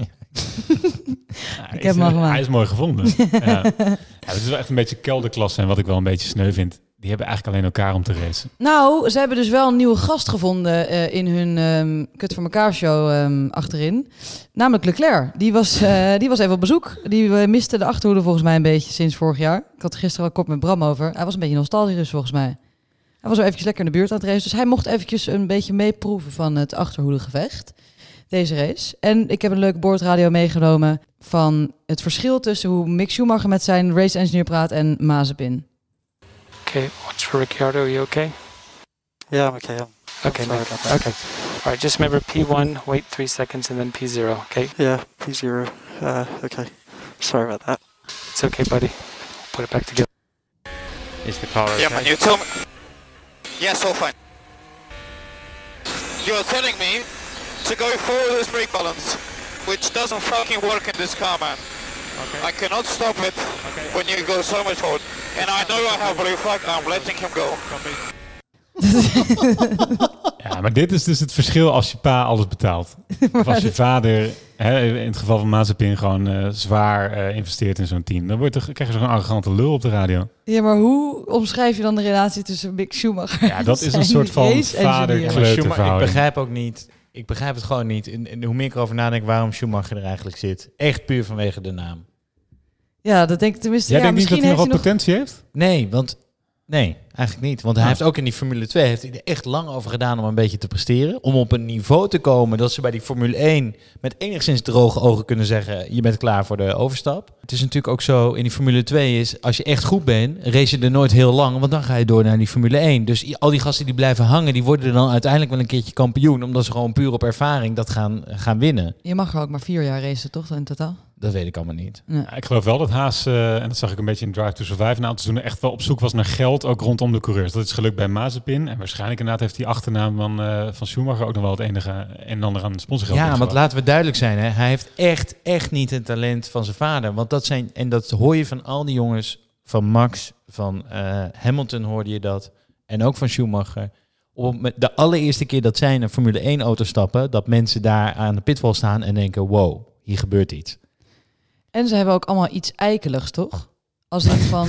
Ik heb hem al gemaakt. Hij is mooi gevonden. Ja. Het is wel echt een beetje kelderklasse en wat ik wel een beetje sneu vind. Die hebben eigenlijk alleen elkaar om te racen. Nou, ze hebben dus wel een nieuwe gast gevonden in hun Kut voor elkaar show achterin. Namelijk Leclerc. Die was even op bezoek. Die miste de achterhoede volgens mij een beetje sinds vorig jaar. Ik had er gisteren al kort met Bram over. Hij was een beetje nostalgisch volgens mij. Hij was wel eventjes lekker in de buurt aan het racen. Dus hij mocht eventjes een beetje meeproeven van het achterhoedegevecht. Deze race. En ik heb een leuke boordradio meegenomen van het verschil tussen hoe Mick Schumacher met zijn race engineer praat en Mazepin. Okay, watch for Ricciardo. Are you okay? Yeah, I'm okay. Okay, sorry Nick. about that. Okay. Alright, just remember P1, wait 3 seconds, and then P0, okay? Yeah, P0. Okay. Sorry about that. It's okay, buddy. Put it back together. Is the car okay? Yeah, man, you tell me. Yes, all fine. You're telling me to go forward with brake balance, which doesn't fucking work in this car, man. Okay. I cannot stop it when you go so much forward. And I know I have blue flag, I'm letting him go. Ja, maar dit is dus het verschil als je pa alles betaalt. Of als je vader, in het geval van Mazepin, gewoon zwaar investeert in zo'n team. Dan krijg je zo'n arrogante lul op de radio. Ja, maar hoe omschrijf je dan de relatie tussen Mick Schumacher? Ja, dat is een soort van vader-kleuter verhouding. Ik begrijp het gewoon niet. En hoe meer ik erover nadenk waarom Schumacher er eigenlijk zit. Echt puur vanwege de naam. Ja, dat denk ik tenminste. Jij denkt misschien niet dat hij nog wat potentie heeft? Nee, eigenlijk niet. Want hij heeft ook in die Formule 2 heeft hij er echt lang over gedaan om een beetje te presteren. Om op een niveau te komen dat ze bij die Formule 1 met enigszins droge ogen kunnen zeggen, je bent klaar voor de overstap. Het is natuurlijk ook zo, in die Formule 2 is, als je echt goed bent, race je er nooit heel lang, want dan ga je door naar die Formule 1. Dus al die gasten die blijven hangen, die worden dan uiteindelijk wel een keertje kampioen, omdat ze gewoon puur op ervaring dat gaan winnen. Je mag er ook maar 4 jaar racen, toch, in totaal? Dat weet ik allemaal niet. Nee. Ja, ik geloof wel dat Haas, en dat zag ik een beetje in Drive to Survive, een aantal seizoenen echt wel op zoek was naar geld, ook rondom de coureurs. Dat is gelukt bij Mazepin. En waarschijnlijk inderdaad heeft die achternaam van Schumacher ook nog wel het enige en ander aan sponsorgeld. Ja, want laten we duidelijk zijn, hè. Hij heeft echt niet het talent van zijn vader. Want dat hoor je van al die jongens, van Max, van Hamilton hoorde je dat. En ook van Schumacher. Op de allereerste keer dat zij in een Formule 1 auto stappen, dat mensen daar aan de pitwall staan en denken, wow, hier gebeurt iets. En ze hebben ook allemaal iets eikeligs, toch? Als in van...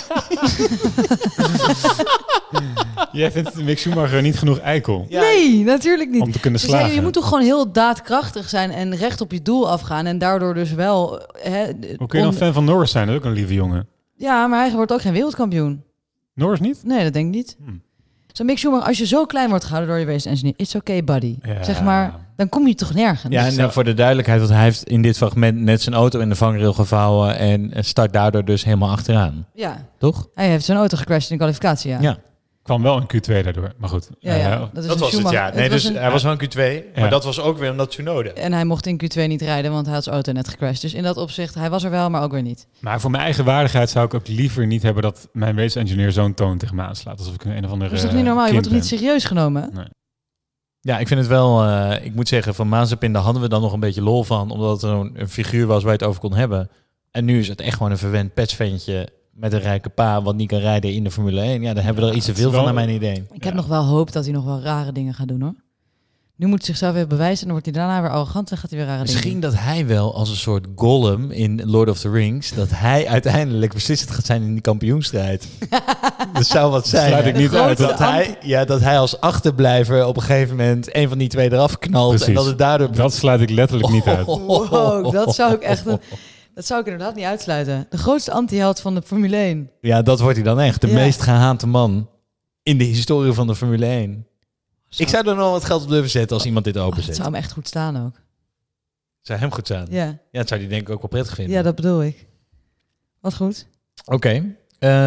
Jij vindt Mick Schumacher niet genoeg eikel? Ja. Nee, natuurlijk niet. Om te kunnen slagen. Je moet toch gewoon heel daadkrachtig zijn en recht op je doel afgaan. En daardoor dus wel... Hoe kun je dan fan van Norris zijn? Dat is ook een lieve jongen. Ja, maar hij wordt ook geen wereldkampioen. Norris niet? Nee, dat denk ik niet. Zo Mick Schumacher, als je zo klein wordt gehouden door je race engineer, it's okay, buddy. Ja. Zeg maar, dan kom je toch nergens. Ja, en voor de duidelijkheid, want hij heeft in dit fragment net zijn auto in de vangrail gevouwen en start daardoor dus helemaal achteraan. Ja. Toch? Hij heeft zijn auto gecrashed in de kwalificatie, ja. Kwam wel in Q2 daardoor, maar goed. Dat was het, ja. Nee, dus hij was wel in Q2, maar dat was ook weer omdat Tsunoda. En hij mocht in Q2 niet rijden, want hij had zijn auto net gecrashed. Dus in dat opzicht, hij was er wel, maar ook weer niet. Maar voor mijn eigen waardigheid zou ik ook liever niet hebben dat mijn race engineer zo'n toon tegen me aanslaat. Alsof ik een of andere. Dat is toch niet normaal? Je wordt toch niet serieus genomen? Nee. Ja, ik vind het wel, ik moet zeggen, van Mazepin, daar hadden we dan nog een beetje lol van, omdat het een figuur was waar je het over kon hebben. En nu is het echt gewoon een verwend petsventje met een rijke pa wat niet kan rijden in de Formule 1. Ja, daar hebben we er iets te veel van naar mijn idee. Ik heb nog wel hoop dat hij nog wel rare dingen gaat doen, hoor. Nu moet hij zichzelf weer bewijzen en dan wordt hij daarna weer arrogant en gaat hij weer rare dingen doen. Misschien dat hij wel als een soort Gollum in Lord of the Rings, dat hij uiteindelijk beslissend gaat zijn in die kampioenstrijd. Dat zou wat zijn. Sluit ik niet uit. Dat hij als achterblijver op een gegeven moment een van die twee eraf knalt. Precies. En dat het daardoor... Dat sluit ik letterlijk niet uit. Wow, dat zou ik echt... Dat zou ik inderdaad niet uitsluiten. De grootste anti-held van de Formule 1. Ja, dat wordt hij dan echt. De meest gehaate man in de historie van de Formule 1. Ik zou er nog wat geld op durven zetten als iemand dit openzet. Het zou hem echt goed staan ook. Zou hem goed staan? Ja. Ja, dat zou hij denk ik ook wel prettig vinden. Ja, dat bedoel ik. Wat goed. Oké.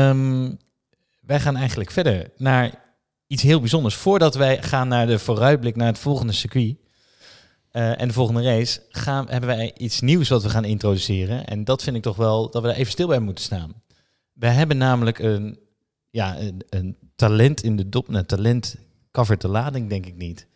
Wij gaan eigenlijk verder naar iets heel bijzonders. Voordat wij gaan naar de vooruitblik naar het volgende circuit en de volgende race, hebben wij iets nieuws wat we gaan introduceren. En dat vind ik toch wel dat we daar even stil bij moeten staan. We hebben namelijk een talent in de dop. Talent covert de lading, denk ik niet.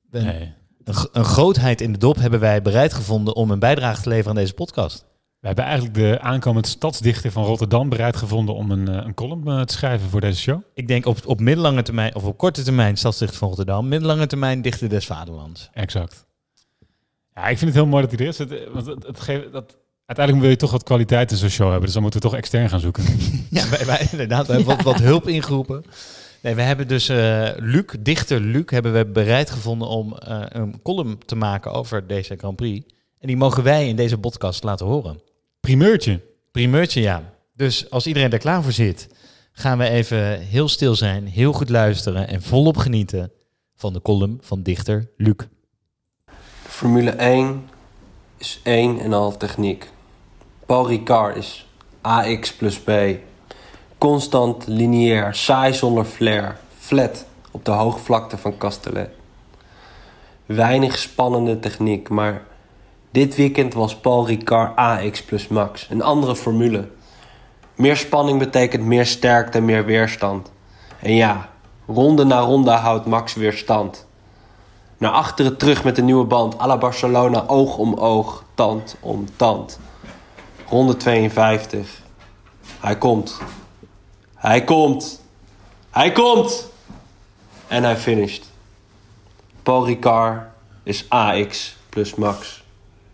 Een grootheid in de dop hebben wij bereid gevonden om een bijdrage te leveren aan deze podcast. We hebben eigenlijk de aankomend stadsdichter van Rotterdam bereid gevonden om een column te schrijven voor deze show. Ik denk op middellange termijn, of op korte termijn stadsdichter van Rotterdam, middellange termijn dichter des vaderlands. Exact. Ja, ik vind het heel mooi dat hij er is. Want het geeft dat. Uiteindelijk wil je toch wat kwaliteit in zo'n show hebben, dus dan moeten we toch extern gaan zoeken. Ja, wij inderdaad hebben wat hulp ingeroepen. Nee, we hebben dus dichter Luc hebben we bereid gevonden om een column te maken over deze Grand Prix. En die mogen wij in deze podcast laten horen. Primeurtje, ja. Dus als iedereen er klaar voor zit, gaan we even heel stil zijn, heel goed luisteren en volop genieten van de column van dichter Luc. Formule 1 is één en al techniek. Paul Ricard is AX plus B. Constant, lineair, saai zonder flair. Flat op de hoogvlakte van Castellet. weinig spannende techniek. Maar dit weekend was Paul Ricard AX plus Max. Een andere formule. Meer spanning betekent meer sterkte en meer weerstand. En ja, ronde na ronde houdt Max weer stand. Naar achteren terug met de nieuwe band. À la Barcelona, oog om oog, tand om tand. Ronde 52. Hij komt. Hij komt. Hij komt. En hij finisht. Paul Ricard is AX plus Max.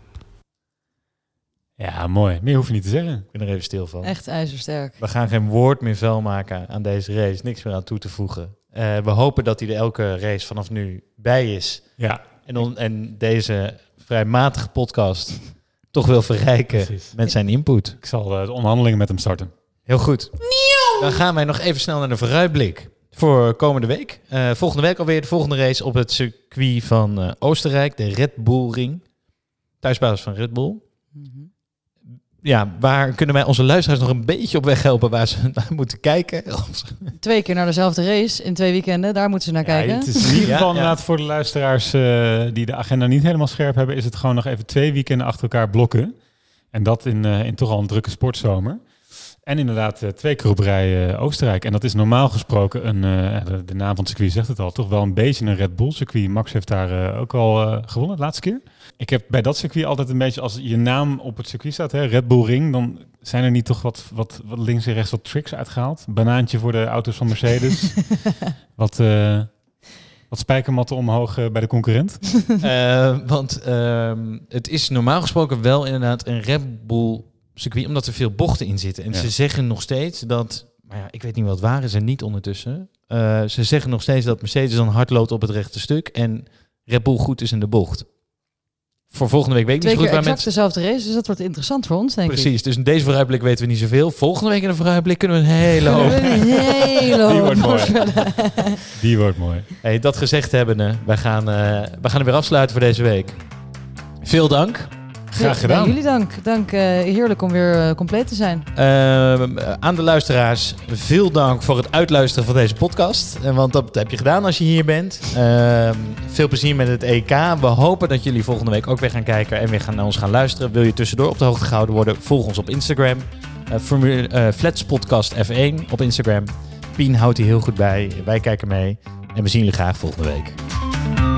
Ja, mooi. Meer hoef je niet te zeggen. Ik ben er even stil van. Echt ijzersterk. We gaan geen woord meer vuil maken aan deze race. Niks meer aan toe te voegen. We hopen dat hij er elke race vanaf nu bij is. Ja. En deze vrij matige podcast toch wil verrijken met zijn input. Ik zal de onderhandelingen met hem starten. Heel goed. Dan gaan wij nog even snel naar de vooruitblik voor komende week. Volgende week alweer de volgende race op het circuit van Oostenrijk. De Red Bull Ring. Thuisbasis van Red Bull. Mm-hmm. Ja, waar kunnen wij onze luisteraars nog een beetje op weg helpen waar ze naar moeten kijken? 2 keer naar dezelfde race in 2 weekenden, daar moeten ze naar kijken. Het is in ieder geval inderdaad voor de luisteraars die de agenda niet helemaal scherp hebben, is het gewoon nog even 2 weekenden achter elkaar blokken. En dat in toch al een drukke sportzomer. En inderdaad 2 keer op rij Oostenrijk. En dat is normaal gesproken de naam van het circuit zegt het al, toch wel een beetje een Red Bull circuit. Max heeft daar ook al gewonnen de laatste keer. Ik heb bij dat circuit altijd een beetje, als je naam op het circuit staat, hè, Red Bull Ring, dan zijn er niet toch wat links en rechts wat tricks uitgehaald. Banaantje voor de auto's van Mercedes. wat spijkermatten omhoog bij de concurrent. Want het is normaal gesproken wel inderdaad een Red Bull circuit, omdat er veel bochten in zitten. En ze zeggen nog steeds dat, maar ja, ik weet niet wat waar is en niet ondertussen. Ze zeggen nog steeds dat Mercedes dan hard loopt op het rechte stuk en Red Bull goed is in de bocht. Voor volgende week weet ik niet zo goed waar exact dezelfde race, dus dat wordt interessant voor ons, denk ik. Precies, dus in deze vooruitblik weten we niet zoveel. Volgende week in de vooruitblik kunnen we een hele hoop. Die wordt mooi. Die wordt mooi. Hey, dat gezegd hebbende, we gaan er weer afsluiten voor deze week. Veel dank. Graag gedaan. Jullie dank. Heerlijk om weer compleet te zijn. Aan de luisteraars, veel dank voor het uitluisteren van deze podcast. Want dat heb je gedaan als je hier bent. Veel plezier met het EK. We hopen dat jullie volgende week ook weer gaan kijken en weer naar ons gaan luisteren. Wil je tussendoor op de hoogte gehouden worden? Volg ons op Instagram. Flats Podcast F1 op Instagram. Pien houdt hier heel goed bij. Wij kijken mee. En we zien jullie graag volgende week.